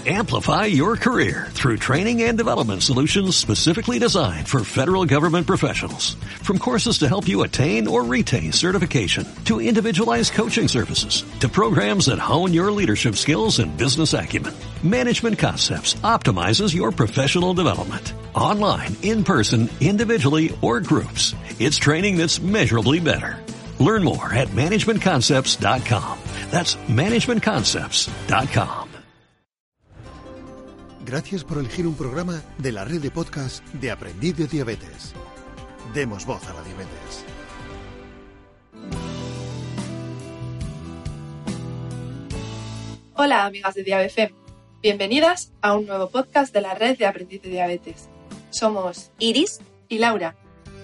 Amplify your career through training and development solutions specifically designed for federal government professionals. From courses to help you attain or retain certification, to individualized coaching services, to programs that hone your leadership skills and business acumen, Management Concepts optimizes your professional development. Online, in person, individually, or groups, it's training that's measurably better. Learn more at managementconcepts.com. That's managementconcepts.com. Gracias por elegir un programa de la red de podcast de Aprendiz de Diabetes. Demos voz a la diabetes. Hola, amigas de DiabeFem. Bienvenidas a un nuevo podcast de la red de Aprendiz de Diabetes. Somos Iris y Laura.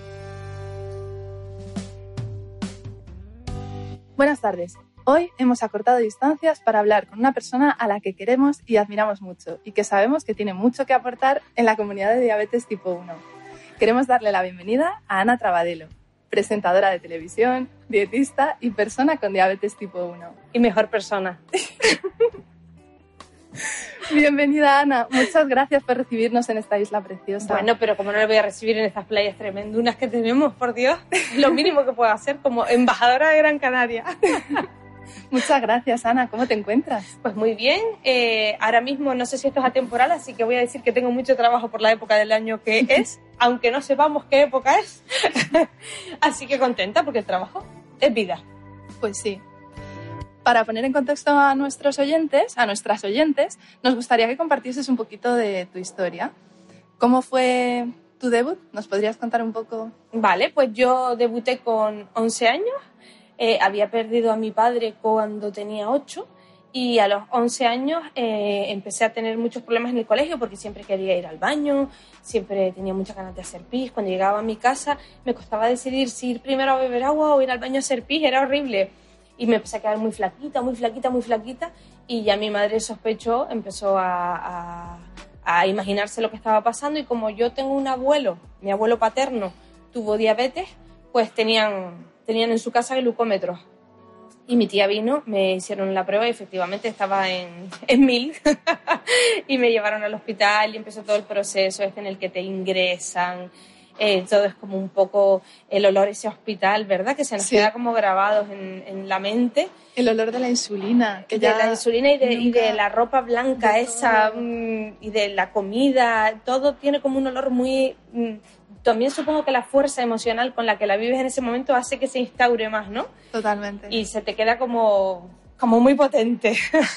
Buenas tardes. Hoy hemos acortado distancias para hablar con una persona a la que queremos y admiramos mucho y que sabemos que tiene mucho que aportar en la comunidad de diabetes tipo 1. Queremos darle la bienvenida a Ana Trabadelo, presentadora de televisión, dietista y persona con diabetes tipo 1. Y mejor persona. Bienvenida, Ana. Muchas gracias por recibirnos en esta isla preciosa. Bueno, pero como no le voy a recibir en estas playas tremendunas que tenemos, por Dios, lo mínimo que puedo hacer como embajadora de Gran Canaria. Muchas gracias, Ana. ¿Cómo te encuentras? Pues muy bien. Ahora mismo no sé si esto es atemporal, así que voy a decir que tengo mucho trabajo por la época del año que es, aunque no sepamos qué época es. Así que contenta porque el trabajo es vida. Pues sí. Para poner en contexto a nuestros oyentes, a nuestras oyentes, nos gustaría que compartieses un poquito de tu historia. ¿Cómo fue tu debut? ¿Nos podrías contar un poco? Vale, pues yo debuté con 11 años. Había perdido a mi padre cuando tenía 8 y a los 11 años empecé a tener muchos problemas en el colegio porque siempre quería ir al baño, siempre tenía muchas ganas de hacer pis. Cuando llegaba a mi casa me costaba decidir si ir primero a beber agua o ir al baño a hacer pis, era horrible. Y me empecé a quedar muy flaquita y ya mi madre sospechó, empezó a imaginarse lo que estaba pasando y como yo tengo un abuelo, mi abuelo paterno tuvo diabetes, pues tenían en su casa glucómetros. Y mi tía vino, me hicieron la prueba y efectivamente estaba en 1000 y me llevaron al hospital y empezó todo el proceso en el que te ingresan. Todo es como un poco el olor a ese hospital, ¿verdad? Que se nos queda como grabados en la mente. El olor de la insulina. De la insulina y de la ropa blanca esa y de la comida. Todo tiene como un olor muy... También supongo que la fuerza emocional con la que la vives en ese momento hace que se instaure más, ¿no? Totalmente. Y se te queda como muy potente.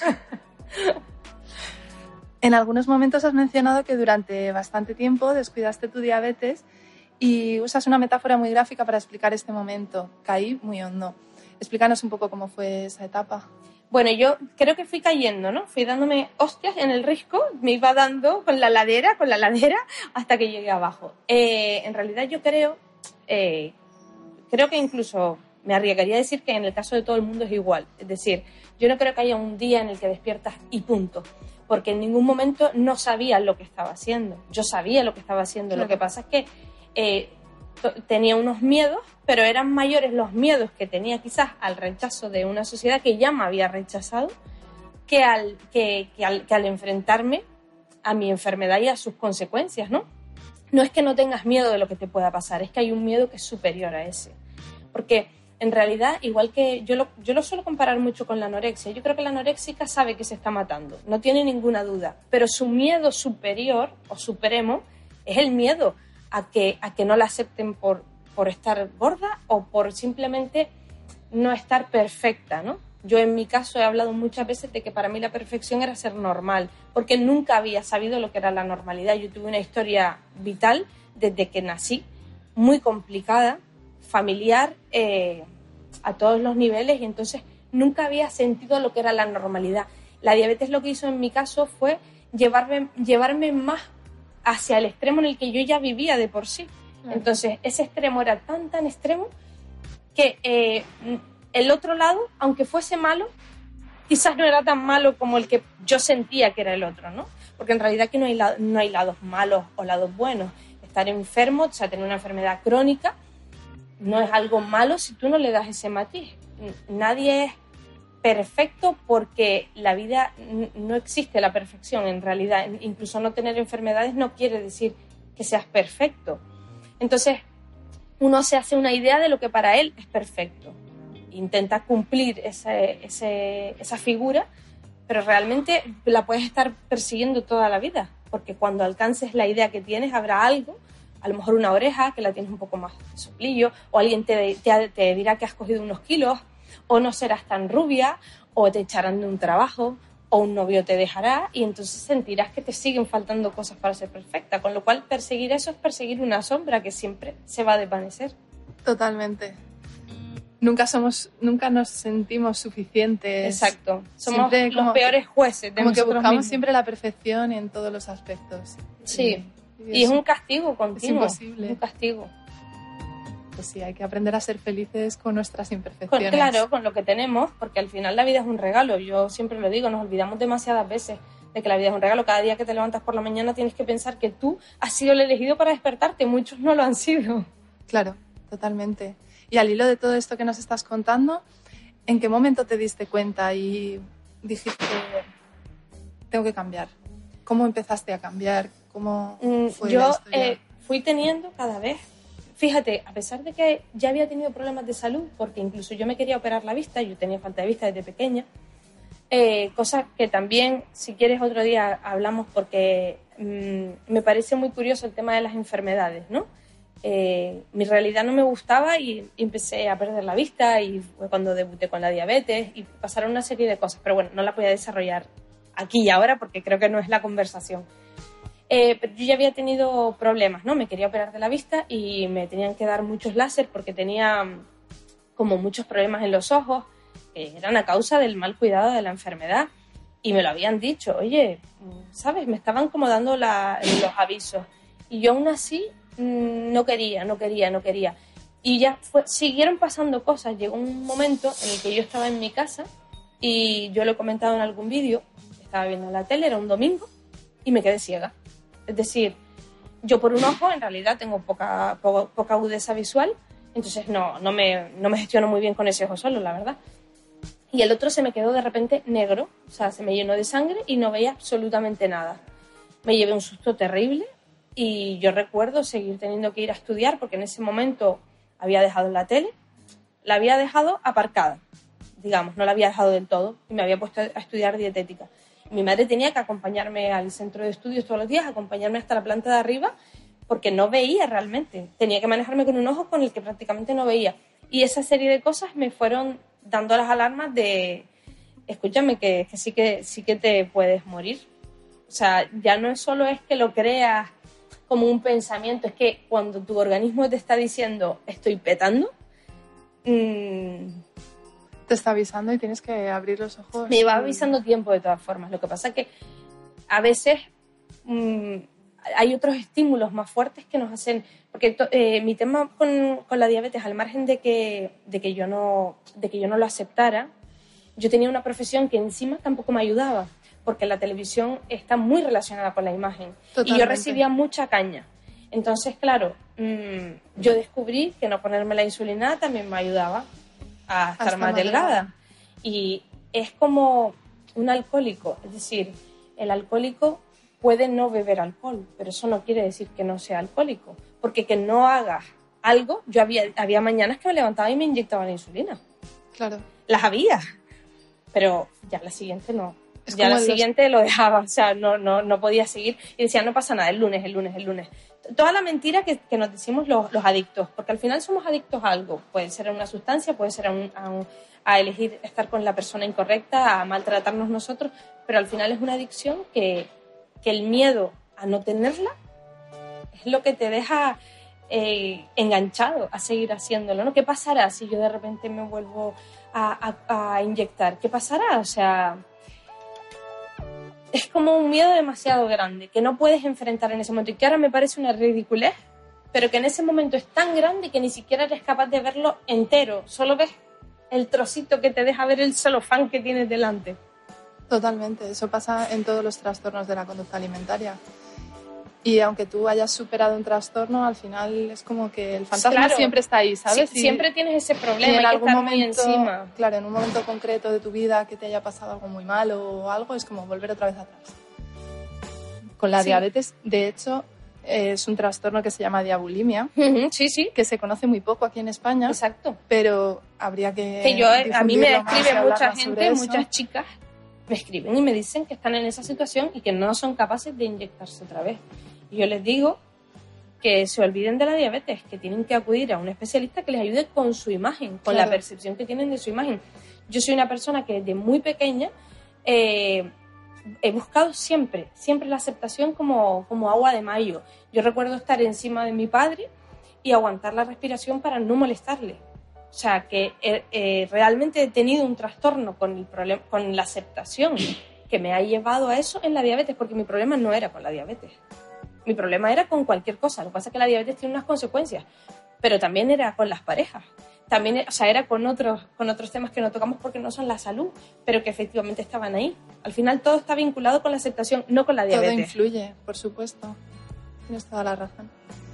En algunos momentos has mencionado que durante bastante tiempo descuidaste tu diabetes y usas una metáfora muy gráfica para explicar este momento. Caí muy hondo. Explícanos un poco cómo fue esa etapa. Bueno, yo creo que fui cayendo, ¿no? Fui dándome hostias en el risco, me iba dando con la ladera, hasta que llegué abajo. En realidad yo creo que incluso me arriesgaría a decir que en el caso de todo el mundo es igual. Es decir, yo no creo que haya un día en el que despiertas y punto. Porque en ningún momento no sabía lo que estaba haciendo. Yo sabía lo que estaba haciendo. Claro. Lo que pasa es que tenía unos miedos, pero eran mayores los miedos que tenía quizás al rechazo de una sociedad que ya me había rechazado que al enfrentarme a mi enfermedad y a sus consecuencias, ¿no? No es que no tengas miedo de lo que te pueda pasar, es que hay un miedo que es superior a ese. Porque en realidad, igual que yo lo suelo comparar mucho con la anorexia, yo creo que la anoréxica sabe que se está matando, no tiene ninguna duda, pero su miedo superior o supremo es el miedo a que no la acepten por estar gorda o por simplemente no estar perfecta, ¿no? Yo en mi caso he hablado muchas veces de que para mí la perfección era ser normal, porque nunca había sabido lo que era la normalidad. Yo tuve una historia vital desde que nací, muy complicada, familiar, a todos los niveles, y entonces nunca había sentido lo que era la normalidad. La diabetes lo que hizo en mi caso fue llevarme más hacia el extremo en el que yo ya vivía de por sí. Claro. Entonces ese extremo era tan extremo que el otro lado, aunque fuese malo, quizás no era tan malo como el que yo sentía que era el otro, ¿no? Porque en realidad que no hay lados malos o lados buenos. Estar enfermo, o sea, tener una enfermedad crónica, no es algo malo si tú no le das ese matiz. Nadie es perfecto, porque la vida no existe la perfección en realidad. Incluso no tener enfermedades no quiere decir que seas perfecto. Entonces, uno se hace una idea de lo que para él es perfecto. Intenta cumplir esa figura, pero realmente la puedes estar persiguiendo toda la vida, porque cuando alcances la idea que tienes habrá algo, a lo mejor una oreja que la tienes un poco más de soplillo, o alguien te dirá que has cogido unos kilos, o no serás tan rubia, o te echarán de un trabajo, o un novio te dejará, y entonces sentirás que te siguen faltando cosas para ser perfecta, con lo cual perseguir eso es perseguir una sombra que siempre se va a desvanecer. Totalmente. Nunca nos sentimos suficientes. Exacto. Somos los como peores jueces de como que nosotros buscamos mismos. siempre la perfección en todos los aspectos. Sí. Y es un castigo continuo. Es imposible. Un castigo. Pues sí, hay que aprender a ser felices con nuestras imperfecciones. Claro, con lo que tenemos, porque al final la vida es un regalo. Yo siempre lo digo, nos olvidamos demasiadas veces de que la vida es un regalo. Cada día que te levantas por la mañana tienes que pensar que tú has sido el elegido para despertarte. Muchos no lo han sido. Claro, totalmente. Y al hilo de todo esto que nos estás contando, ¿en qué momento te diste cuenta y dijiste, tengo que cambiar? ¿Cómo empezaste a cambiar? ¿Cómo fue la historia? Fui teniendo cada vez... Fíjate, a pesar de que ya había tenido problemas de salud, porque incluso yo me quería operar la vista, yo tenía falta de vista desde pequeña, cosas que también, si quieres otro día hablamos, porque me parece muy curioso el tema de las enfermedades, ¿no? Mi realidad no me gustaba y empecé a perder la vista, y fue cuando debuté con la diabetes y pasaron una serie de cosas, pero bueno, no la voy a desarrollar aquí y ahora porque creo que no es la conversación. Pero yo ya había tenido problemas, ¿no? Me quería operar de la vista y me tenían que dar muchos láser porque tenía como muchos problemas en los ojos que eran a causa del mal cuidado de la enfermedad, y me lo habían dicho. Oye, ¿sabes? Me estaban como dando los avisos y yo aún así no quería. Y ya siguieron pasando cosas. Llegó un momento en el que yo estaba en mi casa y yo lo he comentado en algún vídeo, estaba viendo la tele, era un domingo, y me quedé ciega. Es decir, yo por un ojo en realidad tengo poca agudeza visual, entonces no me gestiono muy bien con ese ojo solo, la verdad. Y el otro se me quedó de repente negro, o sea, se me llenó de sangre y no veía absolutamente nada. Me llevé un susto terrible y yo recuerdo seguir teniendo que ir a estudiar porque en ese momento había dejado la tele, la había dejado aparcada, digamos, no la había dejado del todo, y me había puesto a estudiar dietética. Mi madre tenía que acompañarme al centro de estudios todos los días, acompañarme hasta la planta de arriba, porque no veía realmente. Tenía que manejarme con un ojo con el que prácticamente no veía. Y esa serie de cosas me fueron dando las alarmas de, escúchame, que sí que te puedes morir. O sea, ya no solo es que lo creas como un pensamiento, es que cuando tu organismo te está diciendo estoy petando, te está avisando y tienes que abrir los ojos. Me va avisando tiempo de todas formas. Lo que pasa es que a veces hay otros estímulos más fuertes que nos hacen... Porque mi tema con la diabetes, al margen de que yo no lo aceptara, yo tenía una profesión que encima tampoco me ayudaba, porque la televisión está muy relacionada con la imagen. Totalmente. Y yo recibía mucha caña. Entonces, claro, yo descubrí que no ponerme la insulina también me ayudaba a estar más delgada. Y es como un alcohólico, es decir, el alcohólico puede no beber alcohol, pero eso no quiere decir que no sea alcohólico, porque que no hagas algo, yo había mañanas que me levantaba y me inyectaba la insulina. Claro. Las había, pero ya la siguiente no. Ya la siguiente lo dejaba, o sea, no podía seguir y decía, no pasa nada, el lunes. Toda la mentira que nos decimos los adictos, porque al final somos adictos a algo. Puede ser a una sustancia, puede ser a elegir estar con la persona incorrecta, a maltratarnos nosotros, pero al final es una adicción que el miedo a no tenerla es lo que te deja enganchado a seguir haciéndolo, ¿no? ¿Qué pasará si yo de repente me vuelvo a inyectar? ¿Qué pasará? O sea... Es como un miedo demasiado grande que no puedes enfrentar en ese momento y que ahora me parece una ridiculez, pero que en ese momento es tan grande que ni siquiera eres capaz de verlo entero. Solo ves el trocito que te deja ver el celofán que tienes delante. Totalmente. Eso pasa en todos los trastornos de la conducta alimentaria. Y aunque tú hayas superado un trastorno, al final es como que el fantasma Claro. siempre está ahí, ¿sabes? Sí, siempre tienes ese y problema, en hay que algún estar muy momento, encima. claro, en un momento concreto de tu vida que te haya pasado algo muy malo o algo, es como volver otra vez atrás. Con la Sí. diabetes, de hecho, es un trastorno que se llama diabulimia, Ujú, sí, sí, que se conoce muy poco aquí en España, exacto. pero habría que Que yo, a mí me difundirlo más y escribe hablar mucha más sobre gente, eso. muchas chicas me escriben y me dicen que están en esa situación y que no son capaces de inyectarse otra vez. Y yo les digo que se olviden de la diabetes, que tienen que acudir a un especialista que les ayude con su imagen, con Claro. la percepción que tienen de su imagen. Yo soy una persona que desde muy pequeña he buscado siempre la aceptación como agua de mayo. Yo recuerdo estar encima de mi padre y aguantar la respiración para no molestarle. O sea, que realmente he tenido un trastorno con el problema, con la aceptación que me ha llevado a eso en la diabetes, porque mi problema no era con la diabetes. Mi problema era con cualquier cosa. Lo que pasa es que la diabetes tiene unas consecuencias, pero también era con las parejas. También, o sea, era con otros temas que no tocamos porque no son la salud, pero que efectivamente estaban ahí. Al final todo está vinculado con la aceptación, no con la Todo diabetes. influye, por supuesto. Tienes toda la razón.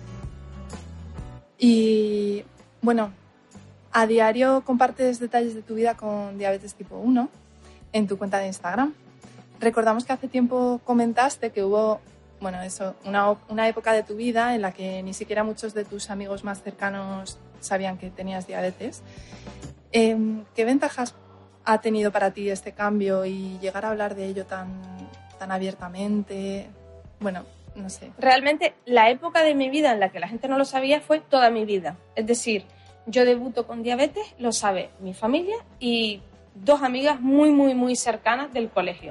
Y bueno, a diario compartes detalles de tu vida con diabetes tipo 1 en tu cuenta de Instagram. Recordamos que hace tiempo comentaste que hubo, bueno, eso, una época de tu vida en la que ni siquiera muchos de tus amigos más cercanos sabían que tenías diabetes. ¿Qué ventajas ha tenido para ti este cambio y llegar a hablar de ello tan abiertamente? Bueno, no sé. Realmente la época de mi vida en la que la gente no lo sabía fue toda mi vida. Es decir, yo debuto con diabetes, lo sabe mi familia y 2 amigas muy, muy, muy cercanas del colegio.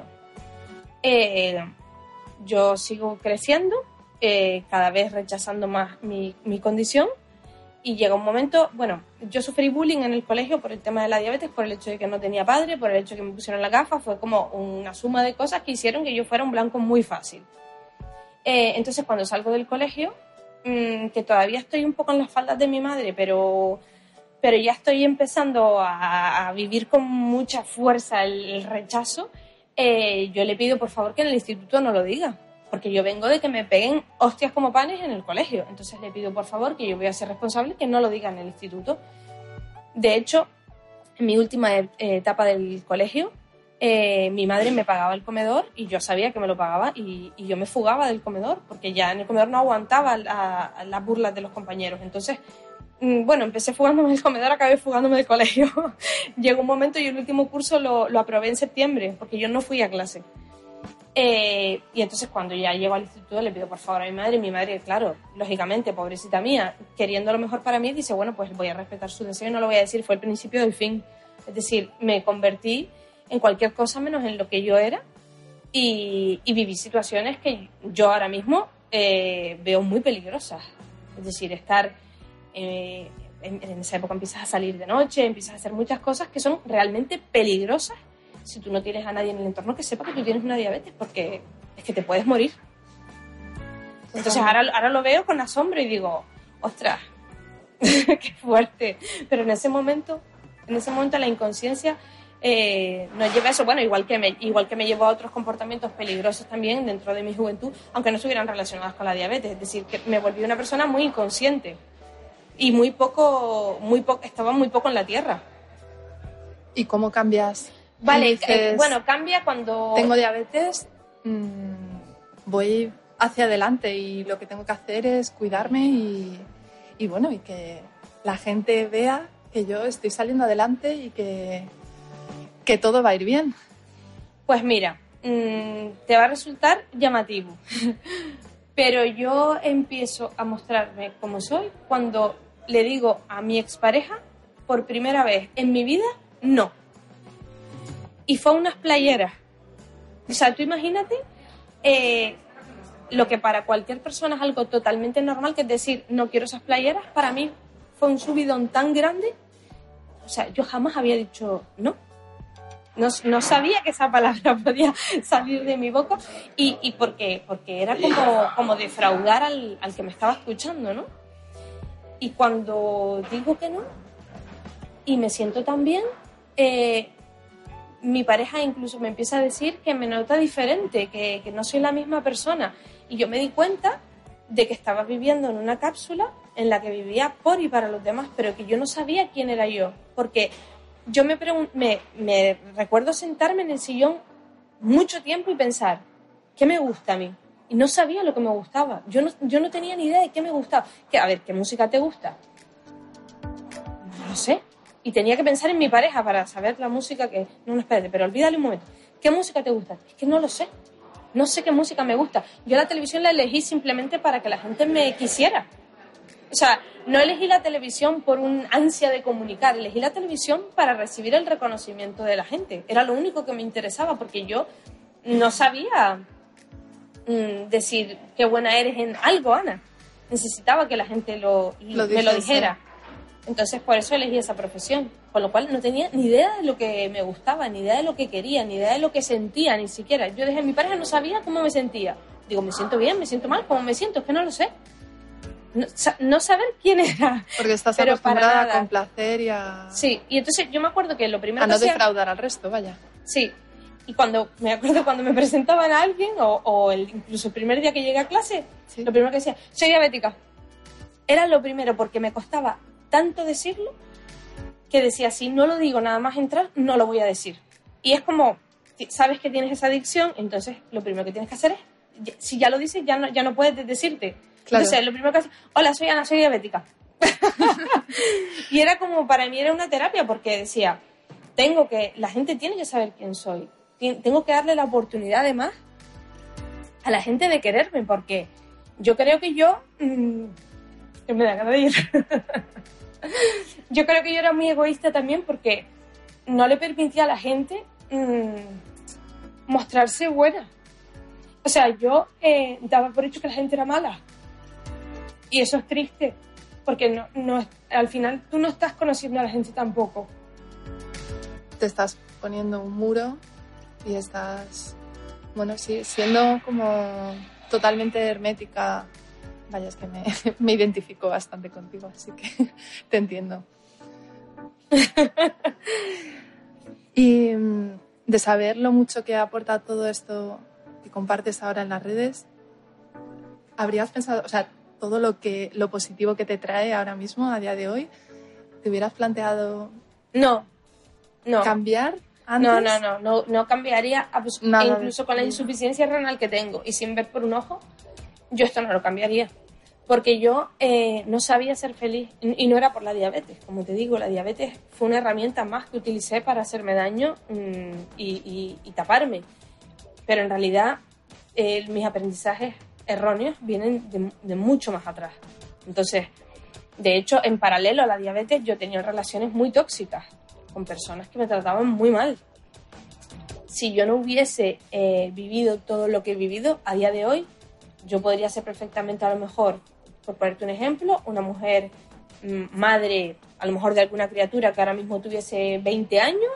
Yo sigo creciendo, cada vez rechazando más mi condición, y llega un momento, bueno, yo sufrí bullying en el colegio por el tema de la diabetes, por el hecho de que no tenía padre, por el hecho de que me pusieron la gafa, fue como una suma de cosas que hicieron que yo fuera un blanco muy fácil. Entonces cuando salgo del colegio, que todavía estoy un poco en las faldas de mi madre, pero ya estoy empezando a vivir con mucha fuerza el rechazo, yo le pido por favor que en el instituto no lo diga, porque yo vengo de que me peguen hostias como panes en el colegio. Entonces le pido por favor que yo voy a ser responsable que no lo diga en el instituto. De hecho, en mi última etapa del colegio, mi madre me pagaba el comedor y yo sabía que me lo pagaba y yo me fugaba del comedor porque ya en el comedor no aguantaba las burlas de los compañeros. Entonces, bueno, empecé fugándome del comedor, acabé fugándome del colegio. Llegó un momento y el último curso lo aprobé en septiembre porque yo no fui a clase. Y entonces cuando ya llego al instituto le pido por favor a mi madre, claro, lógicamente, pobrecita mía, queriendo lo mejor para mí, dice, bueno, pues voy a respetar su deseo y no lo voy a decir, fue el principio del fin. Es decir, me convertí en cualquier cosa menos en lo que yo era y viví situaciones que yo ahora mismo veo muy peligrosas. Es decir, estar en esa época empiezas a salir de noche, empiezas a hacer muchas cosas que son realmente peligrosas si tú no tienes a nadie en el entorno que sepa que tú tienes una diabetes, porque es que te puedes morir. Entonces ahora lo veo con asombro y digo, ostras, qué fuerte. Pero en ese momento la inconsciencia nos lleva a eso. Bueno, igual que me llevó a otros comportamientos peligrosos también dentro de mi juventud, aunque no estuvieran relacionados con la diabetes. Es decir, que me volví una persona muy inconsciente y estaba muy poco en la tierra. ¿Y cómo cambias? Vale, Dices, bueno, cambia cuando... tengo diabetes, voy hacia adelante y lo que tengo que hacer es cuidarme y bueno, y que la gente vea que yo estoy saliendo adelante y que todo va a ir bien. Pues mira, te va a resultar llamativo, pero yo empiezo a mostrarme como soy cuando le digo a mi expareja por primera vez en mi vida, no. Y fue unas playeras. O sea, tú imagínate lo que para cualquier persona es algo totalmente normal, que es decir, no quiero esas playeras, para mí fue un subidón tan grande. O sea, yo jamás había dicho no. No sabía que esa palabra podía salir de mi boca y porque era como defraudar al que me estaba escuchando, ¿no? Y cuando digo que no y me siento tan bien, mi pareja incluso me empieza a decir que me nota diferente, que no soy la misma persona. Y yo me di cuenta de que estaba viviendo en una cápsula en la que vivía por y para los demás, pero que yo no sabía quién era yo. Porque yo me recuerdo sentarme en el sillón mucho tiempo y pensar, ¿qué me gusta a mí? Y no sabía lo que me gustaba. Yo no tenía ni idea de qué me gustaba. A ver, ¿qué música te gusta? No lo sé. Y tenía que pensar en mi pareja para saber la música que... No, espérate, pero olvídale un momento. ¿Qué música te gusta? Es que no lo sé. No sé qué música me gusta. Yo la televisión la elegí simplemente para que la gente me quisiera. O sea, no elegí la televisión por un ansia de comunicar. Elegí la televisión para recibir el reconocimiento de la gente. Era lo único que me interesaba, porque yo no sabía decir qué buena eres en algo, Ana. Necesitaba que la gente me lo dijera. Entonces, por eso elegí esa profesión. Con lo cual, no tenía ni idea de lo que me gustaba, ni idea de lo que quería, ni idea de lo que sentía, ni siquiera. Yo mi pareja no sabía cómo me sentía. Digo, ¿me siento bien? ¿Me siento mal? ¿Cómo me siento? Es que no lo sé. No saber quién era. Porque estás acostumbrada a complacer y a... Sí, y entonces yo me acuerdo que lo primero a no defraudar al resto, vaya. Sí, y me acuerdo cuando me presentaban a alguien, incluso el primer día que llegué a clase, sí, lo primero que decía, soy diabética. Era lo primero, porque me costaba tanto decirlo, que decía, si no lo digo nada más entrar, no lo voy a decir. Y es como, sabes que tienes esa adicción, entonces lo primero que tienes que hacer es, si ya lo dices, ya no puedes decirte. Claro. Entonces, lo primero que haces, hola, soy Ana, soy diabética. Y era como, para mí era una terapia, porque decía, la gente tiene que saber quién soy. Tengo que darle la oportunidad, además, a la gente de quererme, porque yo creo que que me da ganas de ir. Yo creo que yo era muy egoísta también, porque no le permitía a la gente mostrarse buena. O sea, yo daba por hecho que la gente era mala. Y eso es triste, porque al final tú no estás conociendo a la gente tampoco. Te estás poniendo un muro y estás, sí, siendo como totalmente hermética. Vaya, es que me identifico bastante contigo, así que te entiendo. Y de saber lo mucho que aporta todo esto que compartes ahora en las redes, ¿habrías pensado, todo lo positivo que te trae ahora mismo, a día de hoy, te hubieras planteado no cambiar antes? No cambiaría nada, incluso con la insuficiencia renal que tengo y sin ver por un ojo, yo esto no lo cambiaría, porque yo no sabía ser feliz, y no era por la diabetes. Como te digo, la diabetes fue una herramienta más que utilicé para hacerme daño y taparme, pero en realidad mis aprendizajes erróneos vienen de mucho más atrás. Entonces, de hecho, en paralelo a la diabetes, yo tenía relaciones muy tóxicas con personas que me trataban muy mal. Si yo no hubiese vivido todo lo que he vivido a día de hoy, yo podría ser perfectamente, a lo mejor, por ponerte un ejemplo, una mujer madre, a lo mejor de alguna criatura que ahora mismo tuviese 20 años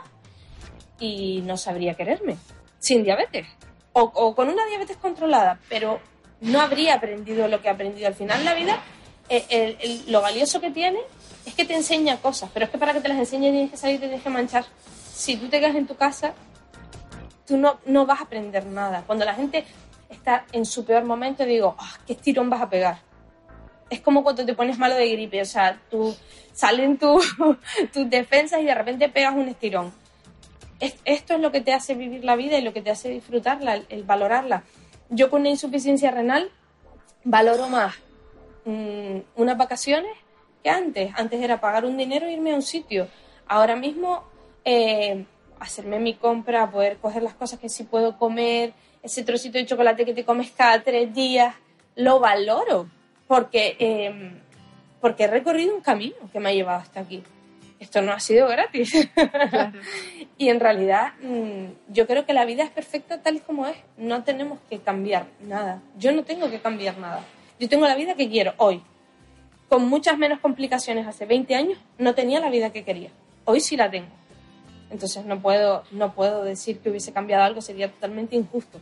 y no sabría quererme, sin diabetes. O con una diabetes controlada, pero no habría aprendido lo que he aprendido. Al final, la vida, lo valioso que tiene es que te enseña cosas, pero es que para que te las enseñe tienes que salir y tienes que manchar. Si tú te quedas en tu casa, tú no vas a aprender nada. Cuando la gente está en su peor momento, digo, ¿qué estirón vas a pegar? Es como cuando te pones malo de gripe, o sea, tú salen tus defensas y de repente pegas un estirón. Esto es lo que te hace vivir la vida y lo que te hace disfrutarla, el valorarla. Yo con una insuficiencia renal valoro más unas vacaciones que antes. Antes era pagar un dinero e irme a un sitio. Ahora mismo hacerme mi compra, poder coger las cosas que sí puedo comer, ese trocito de chocolate que te comes cada 3 días, lo valoro porque he recorrido un camino que me ha llevado hasta aquí. Esto no ha sido gratis. Claro. Y en realidad yo creo que la vida es perfecta tal y como es. No tenemos que cambiar nada. Yo no tengo que cambiar nada. Yo tengo la vida que quiero hoy. Con muchas menos complicaciones. Hace 20 años no tenía la vida que quería. Hoy sí la tengo. Entonces no puedo decir que hubiese cambiado algo. Sería totalmente injusto.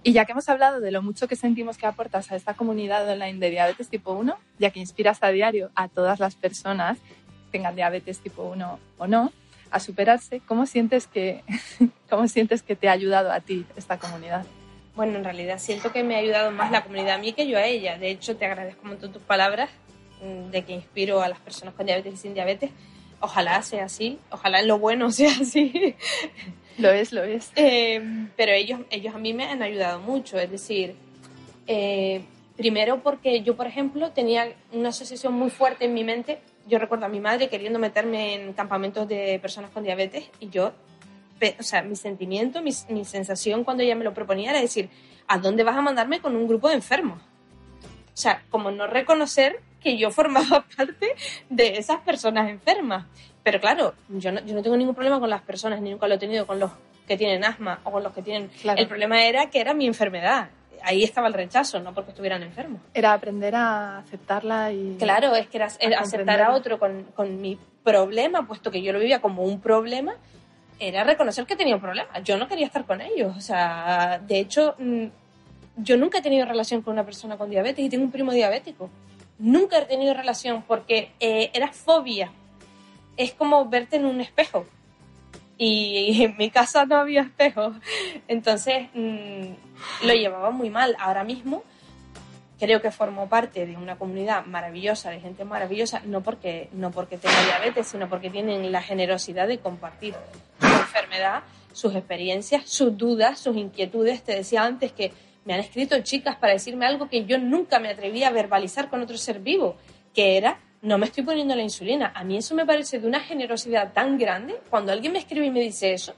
Y ya que hemos hablado de lo mucho que sentimos que aportas a esta comunidad online de diabetes tipo 1, ya que inspiras a diario a todas las personas, tengan diabetes tipo 1 o no, a superarse, ¿cómo sientes que te ha ayudado a ti esta comunidad? Bueno, en realidad siento que me ha ayudado más la comunidad a mí que yo a ella. De hecho, te agradezco un montón tus palabras de que inspiro a las personas con diabetes y sin diabetes. Ojalá sea así, ojalá en lo bueno sea así. Lo es. Pero ellos a mí me han ayudado mucho. Es decir, primero porque yo, por ejemplo, tenía una asociación muy fuerte en mi mente. Yo recuerdo a mi madre queriendo meterme en campamentos de personas con diabetes y yo, o sea, mi sentimiento, mi sensación cuando ella me lo proponía era decir, ¿a dónde vas a mandarme con un grupo de enfermos? O sea, como no reconocer que yo formaba parte de esas personas enfermas. Pero claro, yo no tengo ningún problema con las personas, ni nunca lo he tenido con los que tienen asma o con los que tienen... Claro. El problema era que era mi enfermedad. Ahí estaba el rechazo, no porque estuvieran enfermos. Era aprender a aceptarla y... Claro, es que era aceptar a otro con mi problema, puesto que yo lo vivía como un problema, era reconocer que tenía un problema. Yo no quería estar con ellos. O sea, de hecho, yo nunca he tenido relación con una persona con diabetes y tengo un primo diabético. Nunca he tenido relación porque era fobia. Es como verte en un espejo. Y en mi casa no había espejos. Entonces lo llevaba muy mal. Ahora mismo creo que formo parte de una comunidad maravillosa, de gente maravillosa, no porque tenga diabetes, sino porque tienen la generosidad de compartir su enfermedad, sus experiencias, sus dudas, sus inquietudes. Te decía antes que me han escrito chicas para decirme algo que yo nunca me atreví a verbalizar con otro ser vivo, que era: no me estoy poniendo la insulina. A mí eso me parece de una generosidad tan grande. Cuando alguien me escribe y me dice eso,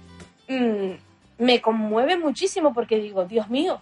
me conmueve muchísimo porque digo, Dios mío,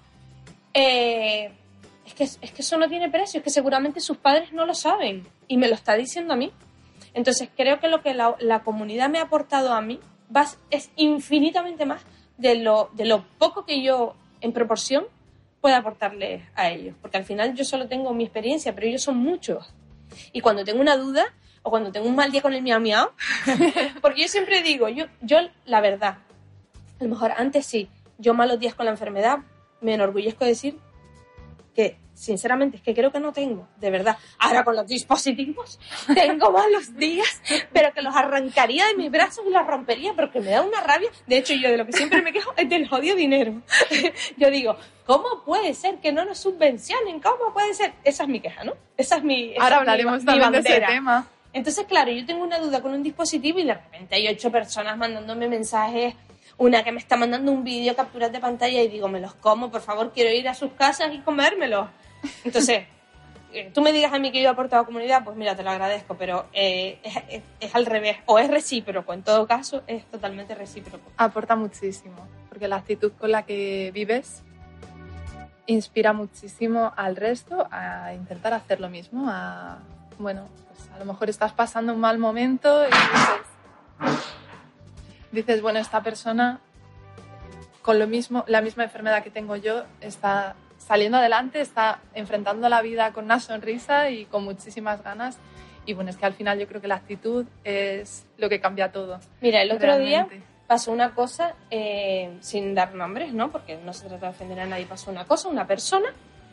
es que eso no tiene precio, es que seguramente sus padres no lo saben y me lo está diciendo a mí. Entonces creo que lo que la comunidad me ha aportado a mí es infinitamente más de lo poco que yo en proporción puedo aportarles a ellos. Porque al final yo solo tengo mi experiencia, pero ellos son muchos. Y cuando tengo una duda o cuando tengo un mal día con el miau miau, porque yo siempre digo, yo la verdad, a lo mejor antes sí, yo malos días con la enfermedad, me enorgullezco de decir que sinceramente es que creo que no tengo, de verdad. Ahora con los dispositivos tengo malos días, pero que los arrancaría de mis brazos y los rompería porque me da una rabia. De hecho, yo de lo que siempre me quejo es del jodido dinero. Yo digo, ¿cómo puede ser que no nos subvencionen? ¿Cómo puede ser? Esa es mi queja, ¿no? Ahora hablaremos también de ese tema. Entonces, claro, yo tengo una duda con un dispositivo y de repente hay 8 personas mandándome mensajes, una que me está mandando un vídeo, capturas de pantalla, y digo, me los como, por favor, quiero ir a sus casas y comérmelos. Entonces, tú me digas a mí que yo he aportado a la comunidad, pues mira, te lo agradezco, pero es al revés, o es recíproco, en todo caso es totalmente recíproco. Aporta muchísimo, porque la actitud con la que vives inspira muchísimo al resto a intentar hacer lo mismo, pues a lo mejor estás pasando un mal momento y dices, bueno, esta persona con la misma enfermedad que tengo yo está saliendo adelante, está enfrentando la vida con una sonrisa y con muchísimas ganas. Y bueno, es que al final yo creo que la actitud es lo que cambia todo. Mira, el otro día pasó una cosa, sin dar nombres, ¿no? Porque no se trata de ofender a nadie. Pasó una cosa, una persona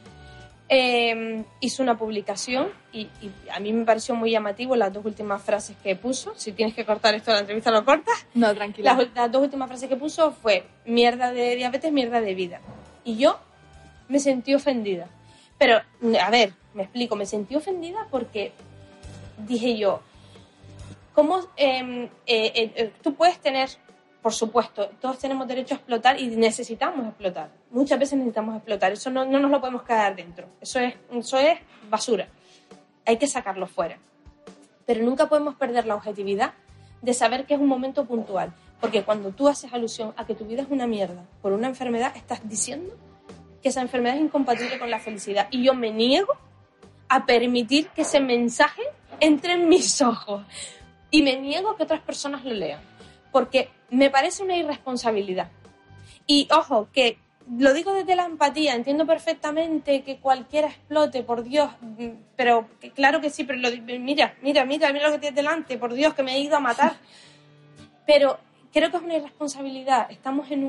hizo una publicación y a mí me pareció muy llamativo las 2 últimas frases que puso. Si tienes que cortar esto de la entrevista, lo cortas. No, tranquila. Las 2 últimas frases que puso fue: mierda de diabetes, mierda de vida. Y yo me sentí ofendida. Pero, a ver, me explico, me sentí ofendida porque dije yo, ¿cómo tú puedes tener, por supuesto, todos tenemos derecho a explotar y necesitamos explotar. Muchas veces necesitamos explotar, eso no nos lo podemos quedar dentro, eso es basura, hay que sacarlo fuera. Pero nunca podemos perder la objetividad de saber que es un momento puntual, porque cuando tú haces alusión a que tu vida es una mierda por una enfermedad, estás diciendo que esa enfermedad es incompatible con la felicidad. Y yo me niego a permitir que ese mensaje entre en mis ojos. Y me niego a que otras personas lo lean. Porque me parece una irresponsabilidad. Y ojo, que lo digo desde la empatía, entiendo perfectamente que cualquiera explote, por Dios, pero claro que sí, pero mira lo que tienes delante, por Dios, que me he ido a matar. Pero creo que es una irresponsabilidad. Estamos en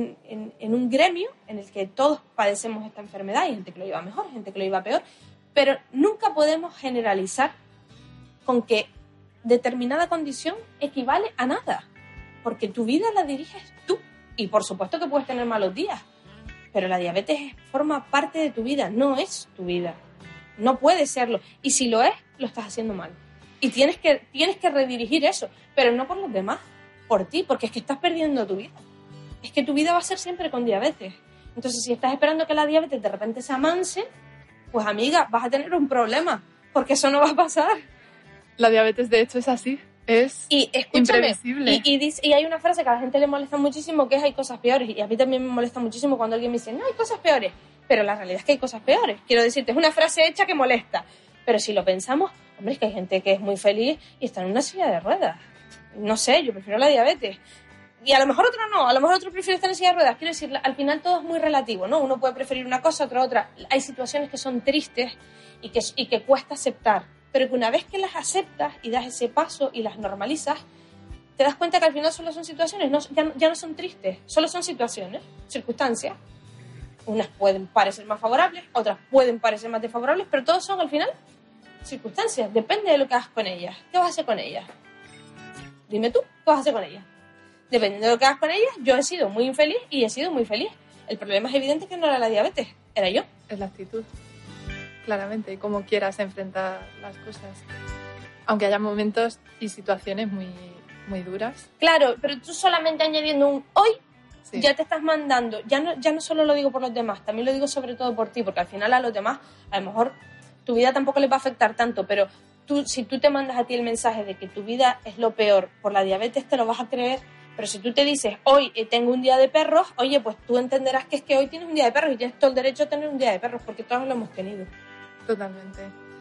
un gremio en el que todos padecemos esta enfermedad. Hay gente que lo lleva mejor, hay gente que lo lleva peor, pero nunca podemos generalizar con que determinada condición equivale a nada, porque tu vida la diriges tú, y por supuesto que puedes tener malos días, pero la diabetes forma parte de tu vida, no es tu vida, no puede serlo, y si lo es, lo estás haciendo mal, y tienes que redirigir eso, pero no por los demás, por ti, porque es que estás perdiendo tu vida, es que tu vida va a ser siempre con diabetes. Entonces, si estás esperando que la diabetes de repente se amanse, pues amiga, vas a tener un problema, porque eso no va a pasar. La diabetes, de hecho, es así. Es imprevisible. Y hay una frase que a la gente le molesta muchísimo, que es hay cosas peores. Y a mí también me molesta muchísimo cuando alguien me dice, no, hay cosas peores. Pero la realidad es que hay cosas peores. Quiero decirte, es una frase hecha que molesta. Pero si lo pensamos, hombre, es que hay gente que es muy feliz y está en una silla de ruedas. No sé, yo prefiero la diabetes. Y a lo mejor otro no, a lo mejor otro prefiere estar en silla de ruedas. Quiero decir, al final todo es muy relativo, ¿no? Uno puede preferir una cosa, otra. Hay situaciones que son tristes y que cuesta aceptar. Pero que una vez que las aceptas y das ese paso y las normalizas, te das cuenta que al final solo son situaciones, ya no son tristes, solo son situaciones, circunstancias. Unas pueden parecer más favorables, otras pueden parecer más desfavorables, pero todos son al final circunstancias, depende de lo que hagas con ellas. ¿Qué vas a hacer con ellas? Dime tú, ¿qué vas a hacer con ellas? Dependiendo de lo que hagas con ellas, yo he sido muy infeliz y he sido muy feliz. El problema es evidente que no era la diabetes, era yo. Es la actitud. Claramente, cómo quieras enfrentar las cosas. Aunque haya momentos y situaciones muy, muy duras. Claro, pero tú solamente añadiendo un hoy, sí, ya te estás mandando. Ya no solo lo digo por los demás, también lo digo sobre todo por ti, porque al final a los demás, a lo mejor tu vida tampoco les va a afectar tanto, pero si tú te mandas a ti el mensaje de que tu vida es lo peor por la diabetes, te lo vas a creer. Pero si tú te dices, hoy tengo un día de perros, oye, pues tú entenderás que es que hoy tienes un día de perros y tienes todo el derecho a tener un día de perros, porque todos lo hemos tenido. Totalmente.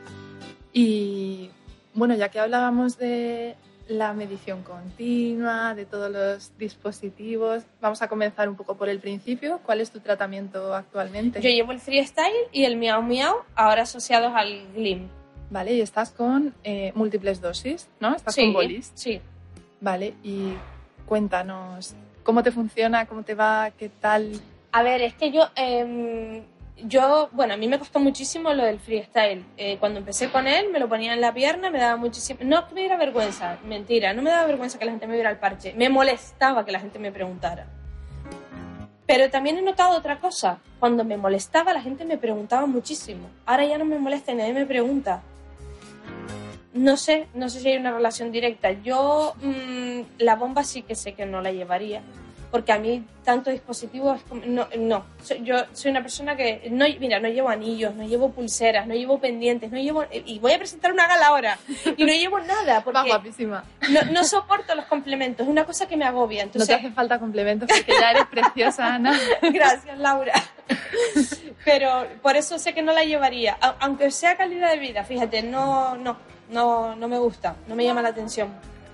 Y bueno, ya que hablábamos de la medición continua, de todos los dispositivos, vamos a comenzar un poco por el principio. ¿Cuál es tu tratamiento actualmente? Yo llevo el Freestyle y el Miau Miau, ahora asociados al Glim. Vale, y estás con múltiples dosis, ¿no? Estás con bolis. Sí. Vale, y cuéntanos, ¿cómo te funciona? ¿Cómo te va? ¿Qué tal? A ver, es que bueno, a mí me costó muchísimo lo del freestyle. Cuando empecé con él, me lo ponía en la pierna, me daba muchísimo... No es que me diera vergüenza, mentira, no me daba vergüenza que la gente me viera el parche. Me molestaba que la gente me preguntara. Pero también he notado otra cosa. Cuando me molestaba, la gente me preguntaba muchísimo. Ahora ya no me molesta y nadie me pregunta. No sé si hay una relación directa. Yo la bomba sí que sé que no la llevaría, porque a mí tanto dispositivo es como, no. Yo soy una persona que no llevo anillos, no llevo pulseras, no llevo pendientes, y voy a presentar una gala ahora y no llevo nada porque va guapísima. No soporto los complementos, es una cosa que me agobia. Entonces, no te hace falta complementos porque ya eres preciosa, Ana. Gracias, Laura. Pero por eso sé que no la llevaría, aunque sea calidad de vida. Fíjate, no me gusta, no me llama la atención.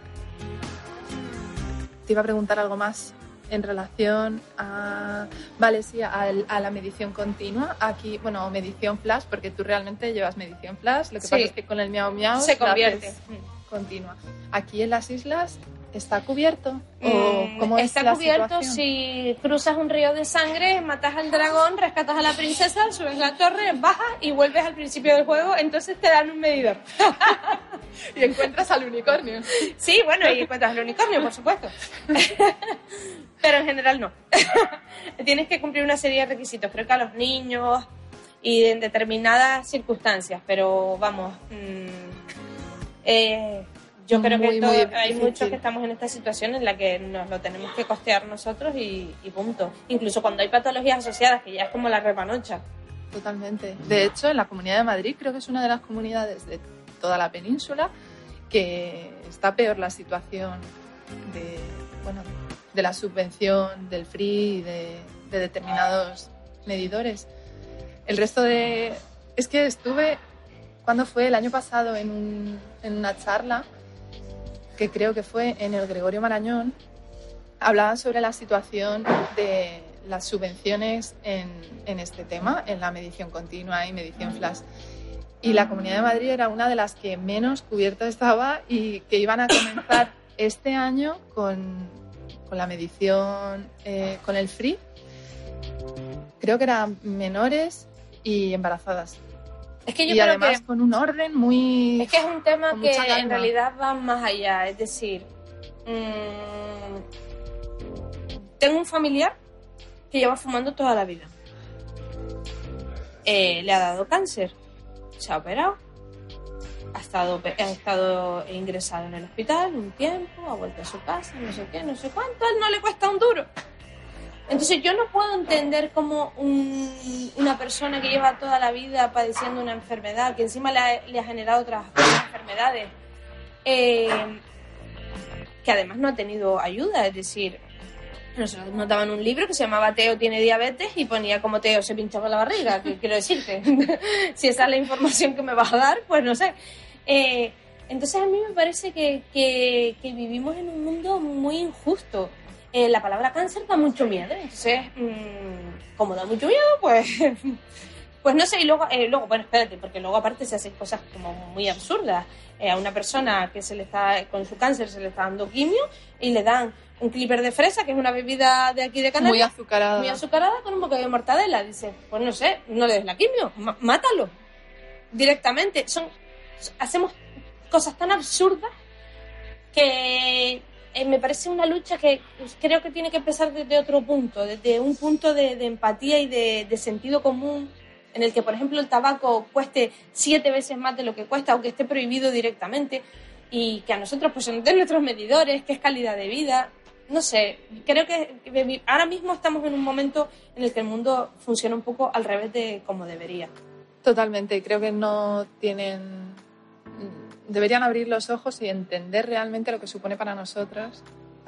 Te iba a preguntar algo más en relación a... Vale, sí, a la medición continua. Aquí, bueno, medición flash, porque tú realmente llevas medición flash. Lo que pasa es que con el Miau Miau se convierte continua. Aquí en las islas, ¿está cubierto? ¿O cómo es está la cubierto situación? Si cruzas un río de sangre, matas al dragón, rescatas a la princesa, subes la torre, bajas y vuelves al principio del juego, entonces te dan un medidor. Y encuentras al unicornio. Sí, bueno, y encuentras al unicornio, por supuesto. Pero en general no. Tienes que cumplir una serie de requisitos, creo que a los niños y en determinadas circunstancias, pero vamos... yo creo que hay muchos que estamos en esta situación en la que nos lo tenemos que costear nosotros y punto. Incluso cuando hay patologías asociadas, que ya es como la repanocha. Totalmente. De hecho, en la Comunidad de Madrid creo que es una de las comunidades de toda la península que está peor la situación de la subvención, del free y de determinados medidores. El resto de... Es que estuve, ¿cuándo fue? El año pasado en una charla, que creo que fue en el Gregorio Marañón, hablaban sobre la situación de las subvenciones en este tema, en la medición continua y medición flash. Y la Comunidad de Madrid era una de las que menos cubierta estaba y que iban a comenzar este año con con la medición, con el free, creo que eran menores y embarazadas. Es que yo y creo además que con un orden muy... es que es un tema con que mucha calma. en realidad va más allá. Es decir, tengo un familiar que lleva fumando toda la vida. Le ha dado cáncer, se ha operado, ha estado ingresado en el hospital un tiempo, ha vuelto a su casa, no sé qué, no sé cuánto, a él no le cuesta un duro. Entonces yo no puedo entender cómo una persona que lleva toda la vida padeciendo una enfermedad, que encima le ha generado otras enfermedades, que además no ha tenido ayuda, es decir, nosotros nos daban un libro que se llamaba Teo tiene diabetes y ponía como Teo se pinchaba la barriga, que quiero decirte. Si esa es la información que me vas a dar, pues no sé. Entonces a mí me parece que vivimos en un mundo muy injusto. La palabra cáncer da mucho miedo, entonces, como da mucho miedo, pues no sé, y luego, bueno, espérate, porque luego aparte se hacen cosas como muy absurdas. A una persona que con su cáncer se le está dando quimio y le dan un clipper de fresa, que es una bebida de aquí de Canarias. Muy azucarada con un bocadillo de mortadela. Dice, pues no sé, no le des la quimio, mátalo directamente. Hacemos cosas tan absurdas que me parece una lucha que creo que tiene que empezar desde otro punto, desde un punto de empatía y de sentido común, en el que, por ejemplo, el tabaco cueste 7 veces más de lo que cuesta, aunque esté prohibido directamente, y que a nosotros pues se nos den nuestros medidores, que es calidad de vida. No sé, creo que ahora mismo estamos en un momento en el que el mundo funciona un poco al revés de como debería. Totalmente, creo que deberían abrir los ojos y entender realmente lo que supone para nosotras.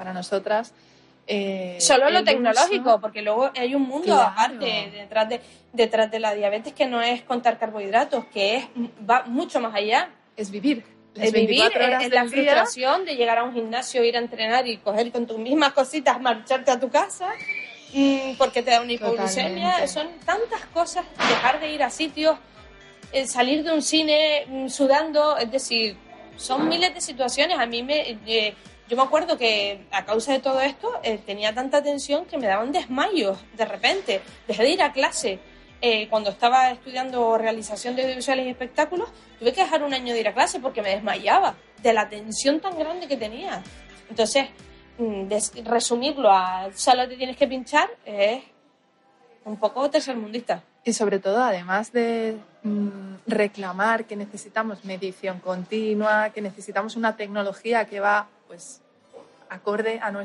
Solo lo el tecnológico, uso, porque luego hay un mundo claro, aparte detrás de la diabetes, que no es contar carbohidratos, que va mucho más allá. es vivir. Es vivir, es la frustración de llegar a un gimnasio, ir a entrenar y coger con tus mismas cositas, marcharte a tu casa porque te da una hipoglucemia. Son tantas cosas, dejar de ir a sitios, salir de un cine sudando, es decir, son miles de situaciones. A mí yo me acuerdo que a causa de todo esto tenía tanta tensión que me daban desmayos de repente. Dejé de ir a clase. Cuando estaba estudiando realización de audiovisuales y espectáculos, tuve que dejar un año de ir a clase porque me desmayaba de la tensión tan grande que tenía. Entonces, resumirlo a solo te tienes que pinchar es un poco tercermundista. Y sobre todo, además de reclamar que necesitamos medición continua, que necesitamos una tecnología que va pues acorde a